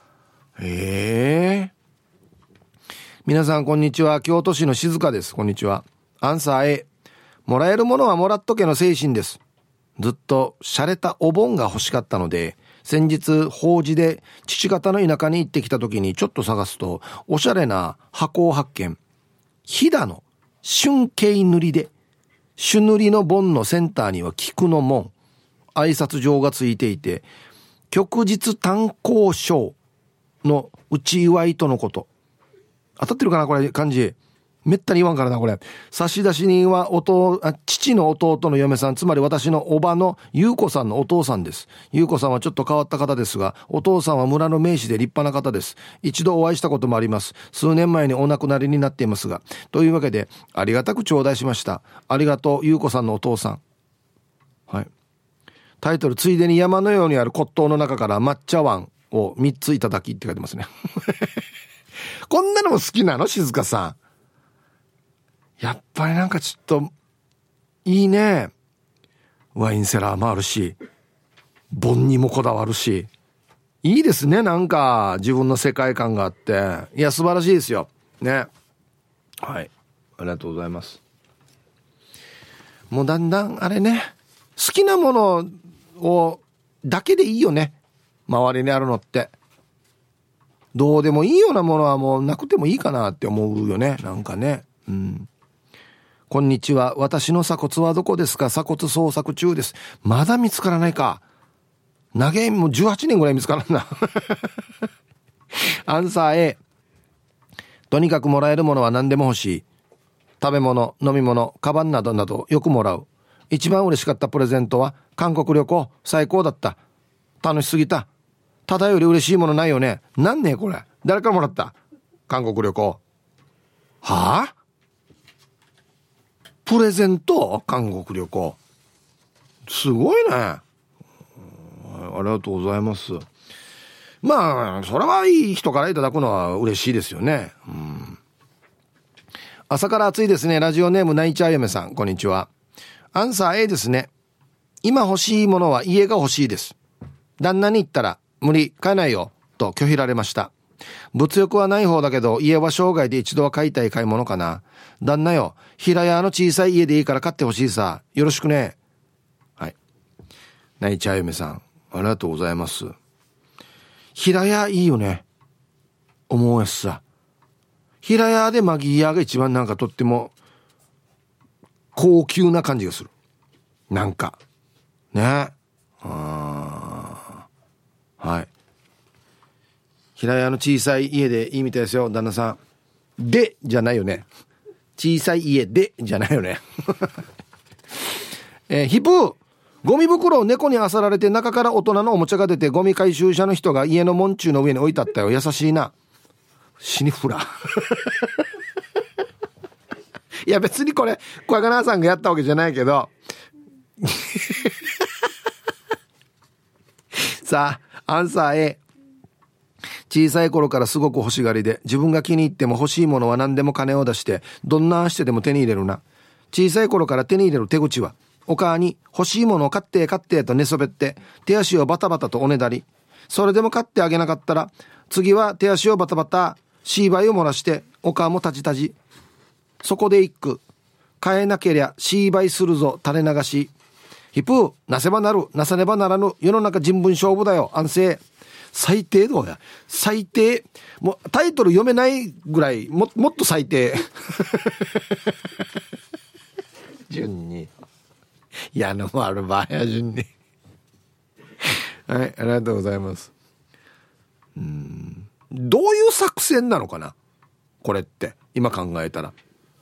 皆さんこんにちは。京都市の静香です。こんにちは。アンサー A。 もらえるものはもらっとけの精神です。ずっと洒落たお盆が欲しかったので、先日法事で父方の田舎に行ってきた時にちょっと探すとおしゃれな箱を発見。飛騨の春景塗りで、朱塗りの盆のセンターには菊の紋、挨拶状がついていて、旭日炭鉱賞の内祝いとのこと。当たってるかなこれ漢字。めったに言わんからなこれ。差出人は父の弟の嫁さん、つまり私のおばの優子さんのお父さんです。優子さんはちょっと変わった方ですが、お父さんは村の名士で立派な方です。一度お会いしたこともあります。数年前にお亡くなりになっていますが、というわけでありがたく頂戴しました。ありがとう優子さんのお父さん。はい。タイトル、ついでに山のようにある骨董の中から抹茶碗を3ついただきって書いてますねこんなのも好きなの静香さん。やっぱりなんかちょっといいね。ワインセラーもあるし、盆にもこだわるし、いいですね。なんか自分の世界観があって、いや素晴らしいですよね。はい、ありがとうございます。もうだんだんあれね、好きなものをだけでいいよね。周りにあるのってどうでもいいようなものはもうなくてもいいかなって思うよね。なんかね。うん。こんにちは。私の鎖骨はどこですか？鎖骨捜索中です。まだ見つからないか。長い、もう18年ぐらい見つからんなアンサー A。 とにかくもらえるものは何でも欲しい。食べ物、飲み物、カバンなどなどよくもらう。一番嬉しかったプレゼントは韓国旅行。最高だった。楽しすぎた。ただより嬉しいものないよね。なんねこれ。誰からもらった？韓国旅行。はぁ、プレゼント？韓国旅行。すごいね。ありがとうございます。まあそれはいい人からいただくのは嬉しいですよね。うん。朝から暑いですね。ラジオネームナイチャー嫁さん、こんにちは。アンサー A ですね。今欲しいものは家が欲しいです。旦那に言ったら無理、買えないよと拒否られました。物欲はない方だけど家は生涯で一度は買いたい買い物かな。旦那よ、平屋の小さい家でいいから買ってほしいさ。よろしくね。はい。ナイチャー嫁さん、ありがとうございます。平屋いいよね。思うやつさ。平屋でマギー屋が一番なんかとっても高級な感じがする。なんかね。はい。平屋の小さい家でいいみたいですよ、旦那さん。でじゃないよね。小さい家でじゃないよねヒプー、ゴミ袋を猫に漁られて中から大人のおもちゃが出て、ゴミ回収車の人が家の門中の上に置いてあったよ。優しいな。死にフラいや別にこれ小赤菜さんがやったわけじゃないけどさあアンサー A。 小さい頃からすごく欲しがりで、自分が気に入っても欲しいものは何でも金を出してどんなしてでも手に入れるな。小さい頃から手に入れる手口は、お母に欲しいものを買って買ってと寝そべって手足をバタバタとおねだり、 それでも買ってあげなかったら次は手足をバタバタシーバイを漏らしてお顔もタジタジ。そこで一句変えなけりゃシーバイするぞ垂れ流し。ヒプーなせばなるなさねばならぬ世の中人文勝負だよ安静。最低どうや最低。もうタイトル読めないぐらい もっと最低順にやのもある場合は順にはい、ありがとうございます。どういう作戦なのかなこれって。今考えたら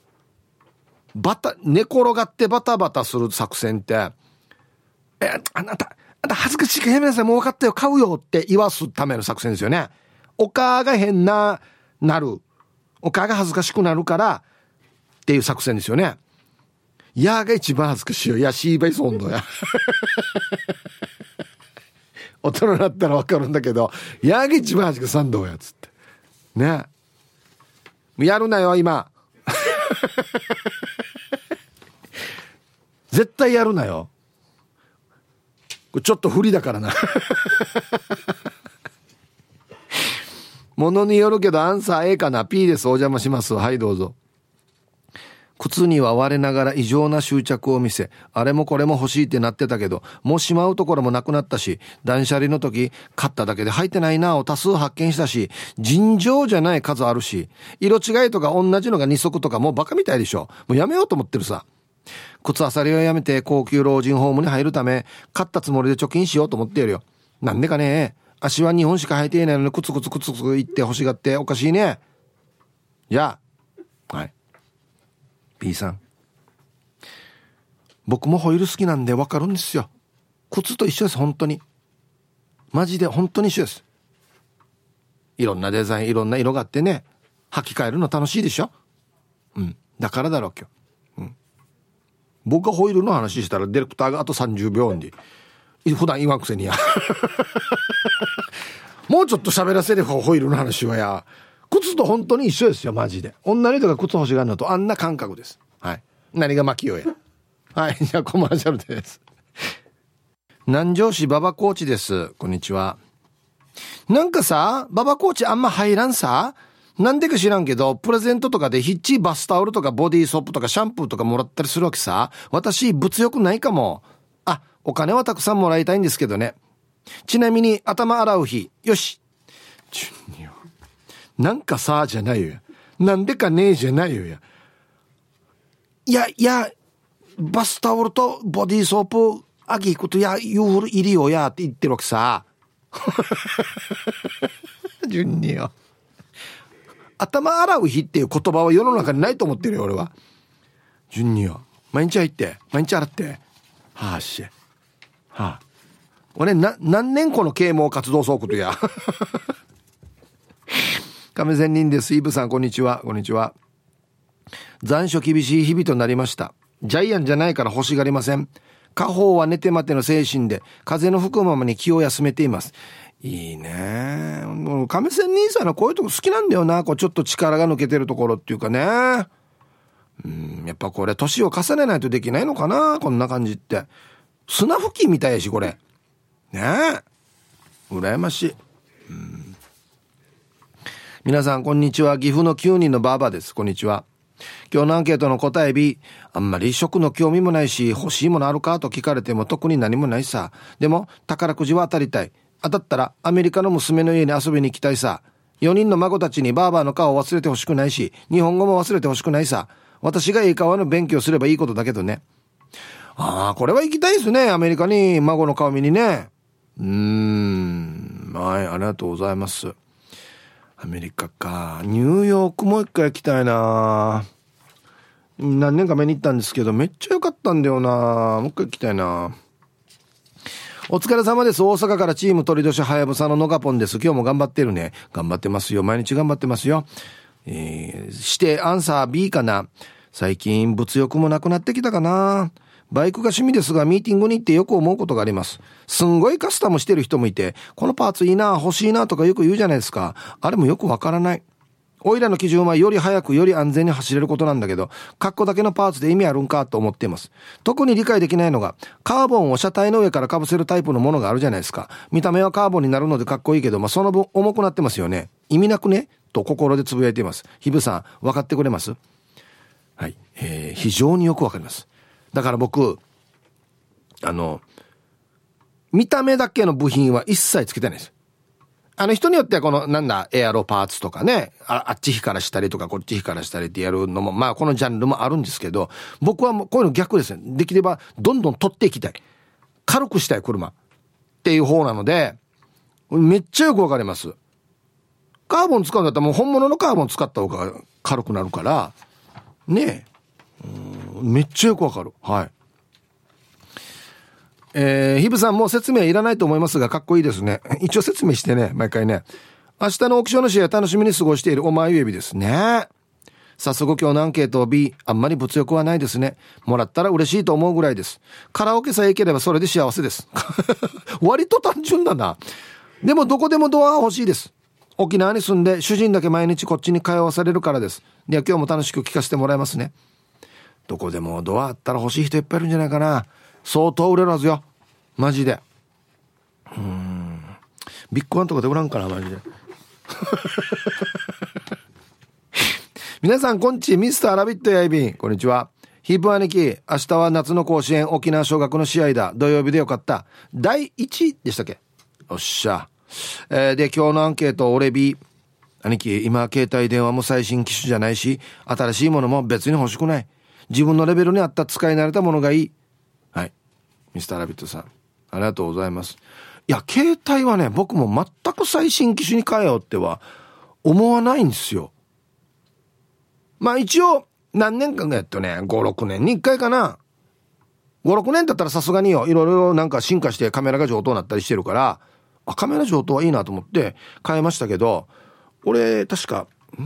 寝転がってバタバタする作戦って、あなた恥ずかしいからやめなさいもう分かったよ買うよって言わすための作戦ですよね。お母が変なるお母が恥ずかしくなるからっていう作戦ですよね。いやが一番恥ずかしいよ。いやシーバイソンドや大人になったら分かるんだけど、いやが一番恥ずかしいんだやつってね。やるなよ今絶対やるなよ。ちょっと不利だからなものによるけどアンサー A かな。 P です。お邪魔します。はいどうぞ。靴には我ながら異常な執着を見せ、あれもこれも欲しいってなってたけどもうしまうところもなくなったし、断捨離の時買っただけで履いてないなを多数発見したし、尋常じゃない数あるし、色違いとか同じのが2足とかもうバカみたいでしょ。もうやめようと思ってるさ。靴あさりをやめて高級老人ホームに入るため買ったつもりで貯金しようと思っているよ。なんでかね。足は2本しか履いていないのにクツクツ言って欲しがっておかしいね。じゃあはい P さん、僕もホイール好きなんで分かるんですよ。靴と一緒です。本当にマジで本当に一緒です。いろんなデザインいろんな色があってね、履き替えるの楽しいでしょ。だからだろう今日。僕がホイールの話したらディレクターがあと30秒に普段言わんくせにやもうちょっと喋らせればホイールの話はや。靴と本当に一緒ですよマジで。女の人が靴欲しがるのとあんな感覚です。はい、何が巻きよやはいじゃあコマーシャルです。南城市馬場コーチです。こんにちは。なんかさ馬場コーチあんま入らんさ。なんでか知らんけどプレゼントとかでヒッチバスタオルとかボディーソープとかシャンプーとかもらったりするわけさ。私物欲ないかも。お金はたくさんもらいたいんですけどね。ちなみに頭洗う日よしなんかさじゃないよや。なんでかねえじゃないよや。いやバスタオルとボディーソープあげいことやユーフル入りよやって言ってるわけさ順によ。頭洗う日っていう言葉は世の中にないと思ってるよ俺は。順によ毎日入って毎日洗ってはあしはあ俺何年この啓蒙活動総ことや亀仙人です。イブさんこんにちは。こんにちは。残暑厳しい日々となりました。ジャイアンじゃないから欲しがりません。家宝は寝て待ての精神で風の吹くままに気を休めています。いいね。亀仙人さんのこういうとこ好きなんだよな。こうちょっと力が抜けてるところっていうかね。やっぱこれ年を重ねないとできないのかなこんな感じって。砂吹きみたいやしこれねえ羨ましい。皆さんこんにちは。岐阜の9人のバーバーです。こんにちは。今日のアンケートの答え B。 あんまり食の興味もないし欲しいものあるかと聞かれても特に何もないさ。でも宝くじは当たりたい。当たったらアメリカの娘の家に遊びに行きたいさ。4人の孫たちにバーバーの顔を忘れてほしくないし日本語も忘れてほしくないさ。私が英会話の勉強すればいいことだけどね。これは行きたいですね。アメリカに孫の顔見にね。はいありがとうございます。アメリカか。ニューヨークもう一回行きたいな。何年か目に行ったんですけどめっちゃ良かったんだよな。もう一回行きたいな。お疲れ様です。大阪からチーム鳥年はやぶさののがぽんです。今日も頑張ってるね。頑張ってますよ。毎日頑張ってますよ。してアンサー B かな。最近物欲もなくなってきたかな。バイクが趣味ですがミーティングに行ってよく思うことがあります。すんごいカスタムしてる人もいてこのパーツいいな欲しいなとかよく言うじゃないですか。あれもよくわからない。 オイラの基準はより速くより安全に走れることなんだけど、カッコだけのパーツで意味あるんかと思っています。特に理解できないのが、カーボンを車体の上から被せるタイプのものがあるじゃないですか。見た目はカーボンになるのでかっこいいけど、その分重くなってますよね。意味なくねと心でつぶやいています。ひぶさん分かってくれます？はい、非常によくわかります。だから僕見た目だけの部品は一切つけてないです。人によってはこのエアロパーツとかね、あっち光らしたりとかこっち光らしたりってやるのもこのジャンルもあるんですけど、僕はもうこういうの逆ですね。できればどんどん取っていきたい、軽くしたい車っていう方なので、めっちゃよくわかります。カーボン使うんだったらもう本物のカーボン使った方が軽くなるからね。めっちゃよくわかる。はい。ヒブさんも説明いらないと思いますがかっこいいですね。一応説明してね、毎回ね。明日のオークションの試合楽しみに過ごしているお前指ですね。早速今日のアンケートを B、 あんまり物欲はないですね。もらったら嬉しいと思うぐらいです。カラオケさえ行ければそれで幸せです割と単純だな。でもどこでもドアが欲しいです。沖縄に住んで主人だけ毎日こっちに通わされるからです。では今日も楽しく聞かせてもらいますね。どこでもドアあったら欲しい人いっぱいいるんじゃないかな。相当売れるはずよマジで。ビッグワンとかで売らんかなマジで皆さんこんにちは。ミスターラビットやいびん、こんにちは。ヒープ兄貴、明日は夏の甲子園沖縄尚学の試合だ。土曜日でよかった。第1でしたっけ。おっしゃ。で今日のアンケート俺 B。 兄貴、今携帯電話も最新機種じゃないし新しいものも別に欲しくない。自分のレベルに合った使い慣れたものがいい。はい、ミスターラビットさんありがとうございます。いや携帯はね、僕も全く最新機種に変えようっては思わないんですよ。一応何年間かやってね、5、6年に1回かな。5、6年だったらさすがによ、いろいろなんか進化してカメラが上等になったりしてるから、カメラ上等はいいなと思って変えましたけど、俺確か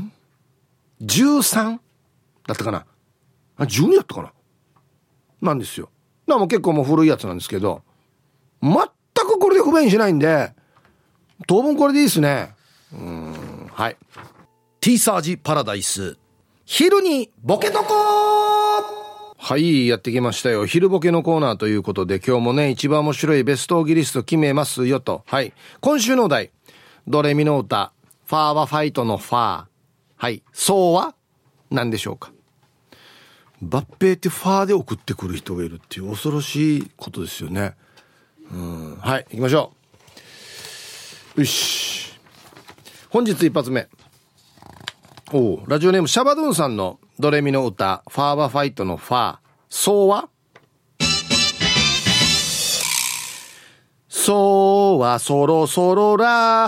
13だったかな、12だったかななんですよ。だからもう結構もう古いやつなんですけど、全くこれで不便しないんで当分これでいいですね。はい。 T サージパラダイス昼にボケとこ。 はい、やってきましたよ。昼ボケのコーナーということで、今日もね一番面白いベストオギリスト決めますよと。はい、今週のお題、ドレミの歌ファーはファイトのファー。はい、そうは何でしょうか。抜兵ってファーで送ってくる人がいるっていう恐ろしいことですよね。はい、行きましょう。よし、本日一発目、ラジオネームシャバドゥンさんのドレミの歌ファーはファイトのファー。そうはそうはそろそろら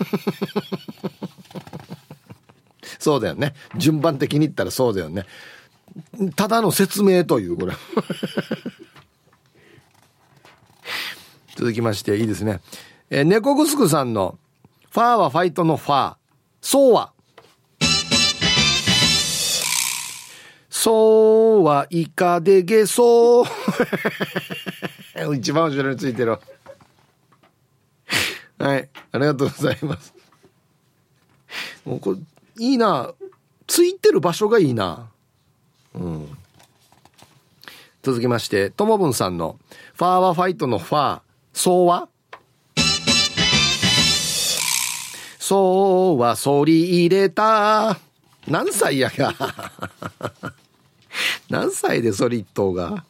そうだよね、順番的に言ったらそうだよね。ただの説明というこれ続きましていいですね、猫ぐすくさんのファーはファイトのファー。そうはそうはイカでゲソ一番後ろについてるはい、ありがとうございます。もうこれいいな、ついてる場所がいいな。続きましてともぶんさんのファーはファイトのファー。そうはそうは反り入れた。何歳やが何歳で反り一頭が、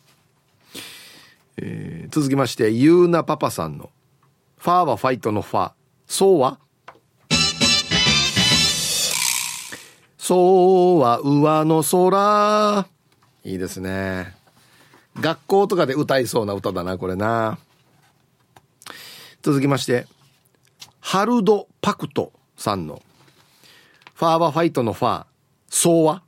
続きましてゆうなパパさんのファーはファイトのファー。そうはそうは上の空。いいですね。学校とかで歌いそうな歌だなこれな。続きましてハルドパクトさんのファーはファイトのファー。そうは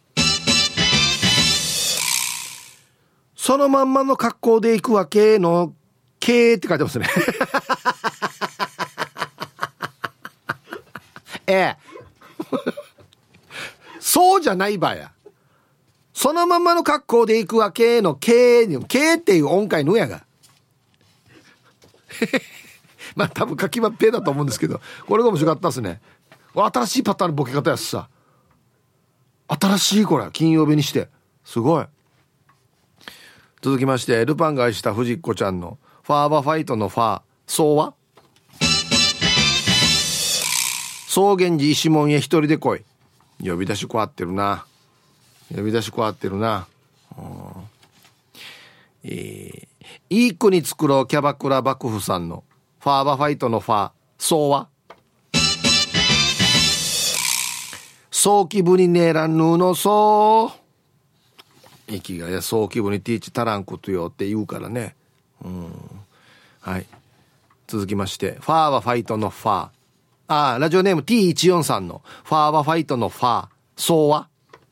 そのまんまの格好で行くわけのけって書いてますねそうじゃないばや。そのままの格好で行くわけのけっていう音階のやが多分書きまっぺだと思うんですけど、これが面白かったですね。 新しいパターンのボケ方やつさ。新しいこれ金曜日にしてすごい。続きましてルパンが愛した藤子ちゃんのファーバファイトのファーそうは草原寺石門へ一人で来い。呼び出しこわってるな。呼び出しこわってるな。いい国作ろうキャバクラ幕府さんのファーバファイトのファーそうは早期部にねえらんぬのそう息がや早期部にティーチタランことよって言うからね。はい。続きましてファーバファイトのファーラジオネーム T14 さんのファーバファイトのファーそうは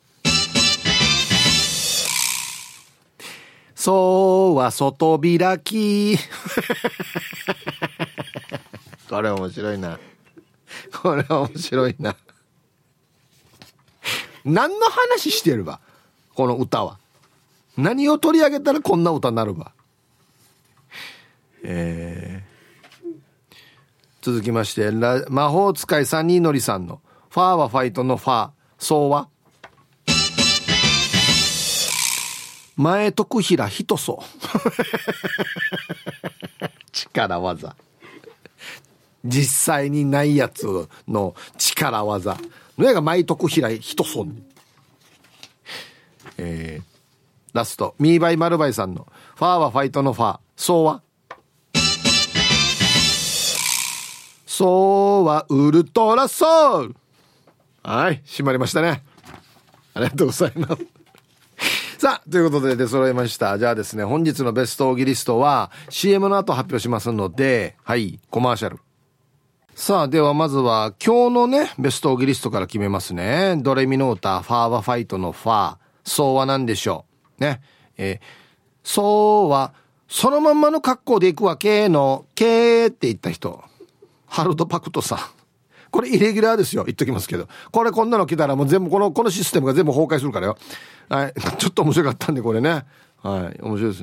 そうは外開きこれ面白いな。これ面白いな。何の話してるばこの歌は。何を取り上げたらこんな歌になるば。続きまして魔法使い三人のりさんのファーはファイトのファーそうは前徳平人そう力技実際にないやつの力技のやが前徳平人そうラストミーバイマルバイさんのファーはファイトのファーそうはそうはウルトラソウル。はい閉まりましたね。ありがとうございますさあということで出揃いました。じゃあですね本日のベストオギリストは CM の後発表しますのではいコマーシャル。さあではまずは今日のねベストオギリストから決めますね。ドレミの歌ファーはファイトのファーそうは何でしょうね。そうはそのまんまの格好でいくわけのけーって言った人ハルトパクトさん。これイレギュラーですよ言っときますけど。これこんなの来たらもう全部このシステムが全部崩壊するからよ。はいちょっと面白かったんでこれねはい面白いです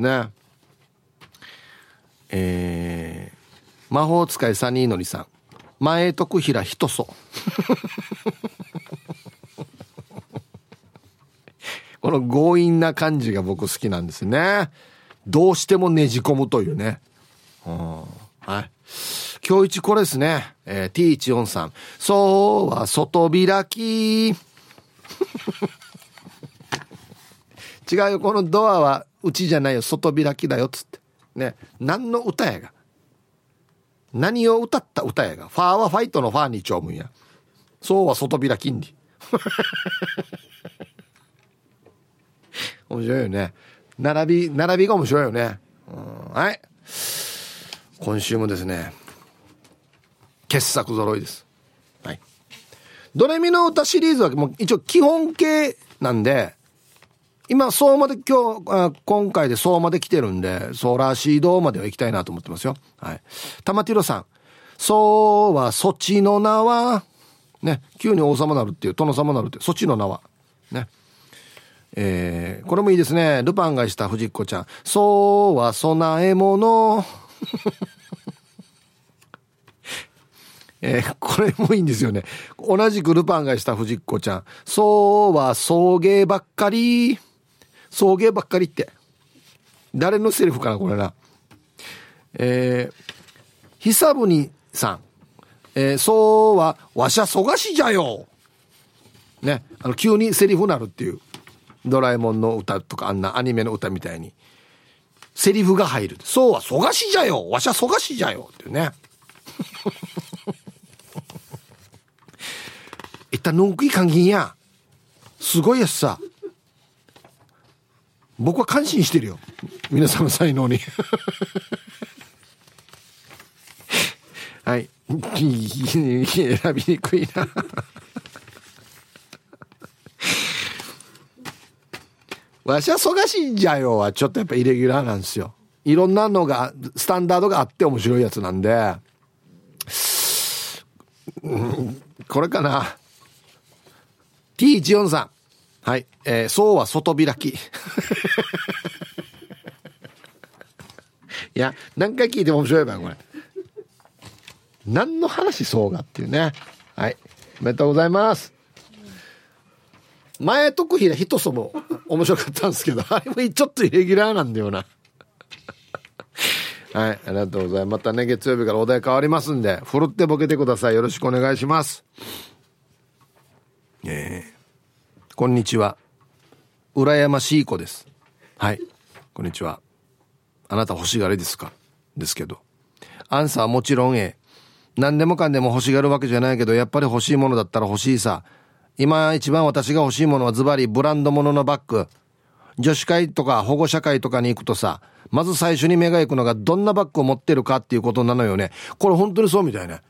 ね。魔法使いサニーのりさん前徳平人そこの強引な感じが僕好きなんですね。どうしてもねじ込むというね。はい今日一これですね。T14 さんそうは外開き違うよこのドアはうちじゃないよ外開きだよっつってね。何の歌やが何を歌った歌やがファーはファイトのファーにちょうむんやそうは外開きんり面白いよね。並びが面白いよね。はい今週もですね傑作揃いです。はいドレミの歌シリーズはもう一応基本形なんで今そうまで今回でそうまで来てるんでソーラーシードまでは行きたいなと思ってますよ。はい玉ティロさんそうはそちの名はね急に王様なるっていう殿様なるってそちの名はねこれもいいですね。ルパンがした藤子ちゃんそうは備え物これもいいんですよね。同じくルパンがした藤子ちゃんそうは送迎ばっかり送迎ばっかりって誰のセリフかなこれな。久ぶにさんそうはわしゃそがしじゃよね急にセリフなるっていうドラえもんの歌とかあんなアニメの歌みたいにセリフが入るそうはそがしじゃよわしゃそがしじゃよっていうねいったぬんくいかんぎんやすごいやつさ僕は感心してるよ皆さんの才能にはい選びにくいなわしはそがしいじゃよはちょっとやっぱイレギュラーなんですよ。いろんなのがスタンダードがあって面白いやつなんで、これかな T14 さんはい、そうは外開きいや何回聞いても面白いばこれ何の話そうがっていうね。はいおめでとうございます。前特費でヒットソも面白かったんですけど、あれもちょっとイレギュラーなんだよなはい、ありがとうございます。またね、月曜日からお題変わりますんで、ふるってボケてください。よろしくお願いします。こんにちは。羨ましい子です。はい、こんにちは。あなた欲しがりですか？ですけど、アンサーはもちろん何でもかんでも欲しがるわけじゃないけど、やっぱり欲しいものだったら欲しいさ。今一番私が欲しいものはズバリブランド物のバッグ。女子会とか保護者会とかに行くとさ、まず最初に目が行くのがどんなバッグを持ってるかっていうことなのよね。これ本当にそうみたいね。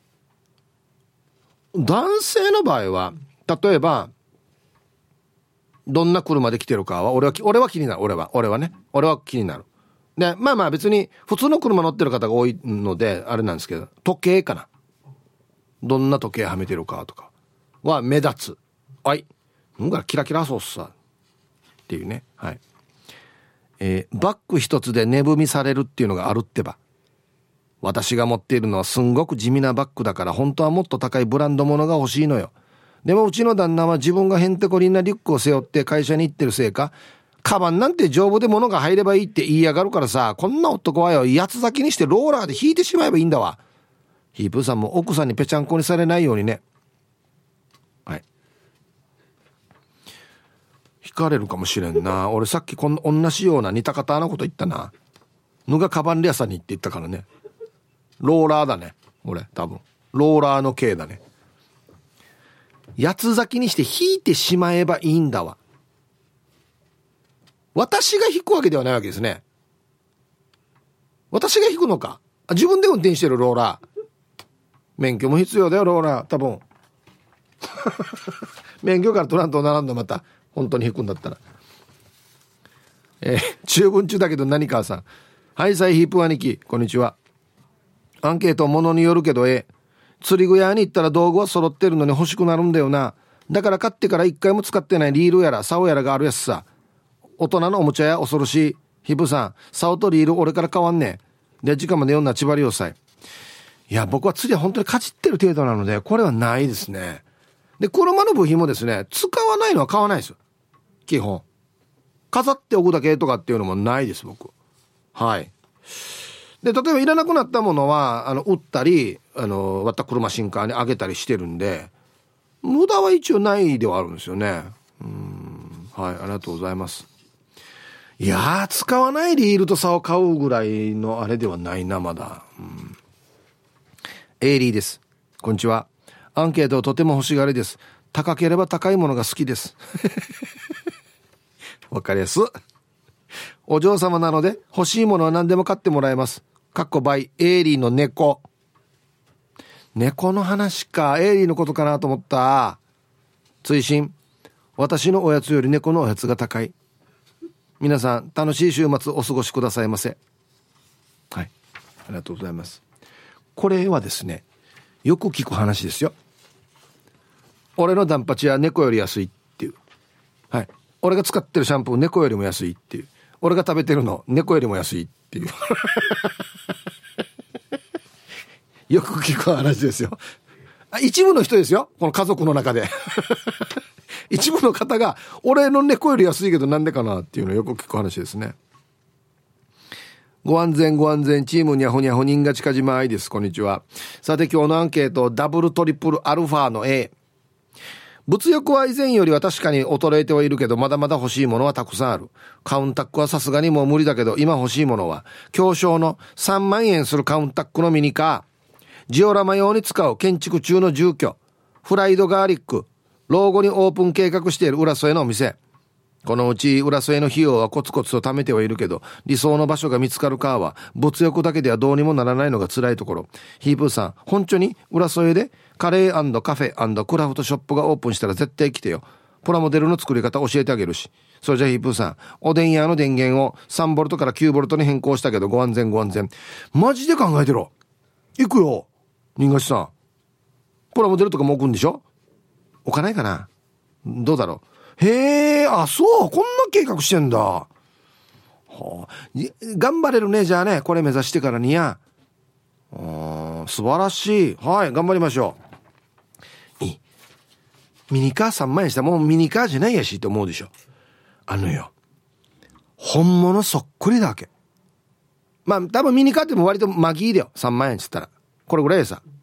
男性の場合は例えばどんな車で来てるかは俺は気になる。俺は気になる。で、まあ別に普通の車乗ってる方が多いのであれなんですけど、時計かな。どんな時計はめてるかとかは目立つ。はい。なんかキラキラそうっさっていうね。はい。バッグ一つで値踏みされるっていうのがあるってば。私が持っているのはすんごく地味なバッグだから、本当はもっと高いブランド物が欲しいのよ。でもうちの旦那は自分がへんてこりんなリュックを背負って会社に行ってるせいか、カバンなんて丈夫で物が入ればいいって言いやがるからさ、こんな男はよ、八つ咲きにしてローラーで引いてしまえばいいんだわ。ヒープーさんも奥さんにぺちゃんこにされないようにね。はい。引かれるかもしれんな。俺さっき同じような似た方のこと言ったな。ぬがカバンレアさんにって言ったからね。ローラーだね。俺多分ローラーの系だね。八つ咲きにして引いてしまえばいいんだわ。私が引くわけではないわけですね。私が引くのか。自分で運転してるローラー。免許も必要だよローラー多分免許から取らんとならんの。また本当に引くんだったら。中文中だけど何かさん、はいサイヒープ兄貴こんにちは。アンケートものによるけど釣り具屋に行ったら道具は揃ってるのに欲しくなるんだよな。だから買ってから一回も使ってないリールやら竿やらがあるやつさ。大人のおもちゃや恐ろしい。ヒブさん竿とリール俺から買わんねで時間まで読んだ千葉良さい。いや僕は釣りは本当にかじってる程度なのでこれはないですね。で車の部品もですね、使わないのは買わないですよ。基本飾っておくだけとかっていうのもないです僕。はい。で例えばいらなくなったものは売ったり割った車新カーにあげたりしてるんで、無駄は一応ないではあるんですよね。はい、ありがとうございます。いやー使わないリールと竿を買うぐらいのあれではないなまだ。エイリーです。こんにちは。アンケートとても欲しがりです。高ければ高いものが好きですわかりやす。お嬢様なので欲しいものは何でも買ってもらえます。かっこバイエイリーの猫の話か。エイリーのことかなと思った。追伸、私のおやつより猫のおやつが高い。皆さん楽しい週末お過ごしくださいませ。はい、ありがとうございます。これはですね、よく聞く話ですよ。俺のダンパチは猫より安いっていう。はい。俺が使ってるシャンプー猫よりも安いっていう。俺が食べてるの猫よりも安いっていうよく聞く話ですよ。一部の人ですよ、この家族の中で一部の方が俺の猫より安いけどなんでかなっていうのをよく聞く話ですね。ご安全チームにゃほにゃほ人が近島愛です。こんにちは。さて今日のアンケートダブルトリプルアルファの A。物欲は以前よりは確かに衰えてはいるけど、まだまだ欲しいものはたくさんある。カウンタックはさすがにもう無理だけど、今欲しいものは狭小の3万円するカウンタックのミニカー、ジオラマ用に使う建築中の住居、フライドガーリック、老後にオープン計画している浦添のお店。このうち浦添の費用はコツコツと貯めてはいるけど、理想の場所が見つかるかは物欲だけではどうにもならないのが辛いところ。ヒープーさん、本当に浦添でカレー&カフェ&クラフトショップがオープンしたら絶対来てよ。プラモデルの作り方教えてあげるし。それじゃヒープーさん、おでん屋の電源を3ボルトから9ボルトに変更したけどご安全。マジで考えてろ。行くよ新垣さん。プラモデルとかも置くんでしょ。置かないかな、どうだろう。へえ、あ、そう、こんな計画してんだ。はあ、頑張れるね。じゃあね、これ目指してからにや。素晴らしい。はい、頑張りましょう。 ミニカー3万円したらもうミニカーじゃないやしって思うでしょ。よ、本物そっくりだわけ。まあ多分ミニカーっても割とマギーだよ。3万円っつったらこれぐらいでさ、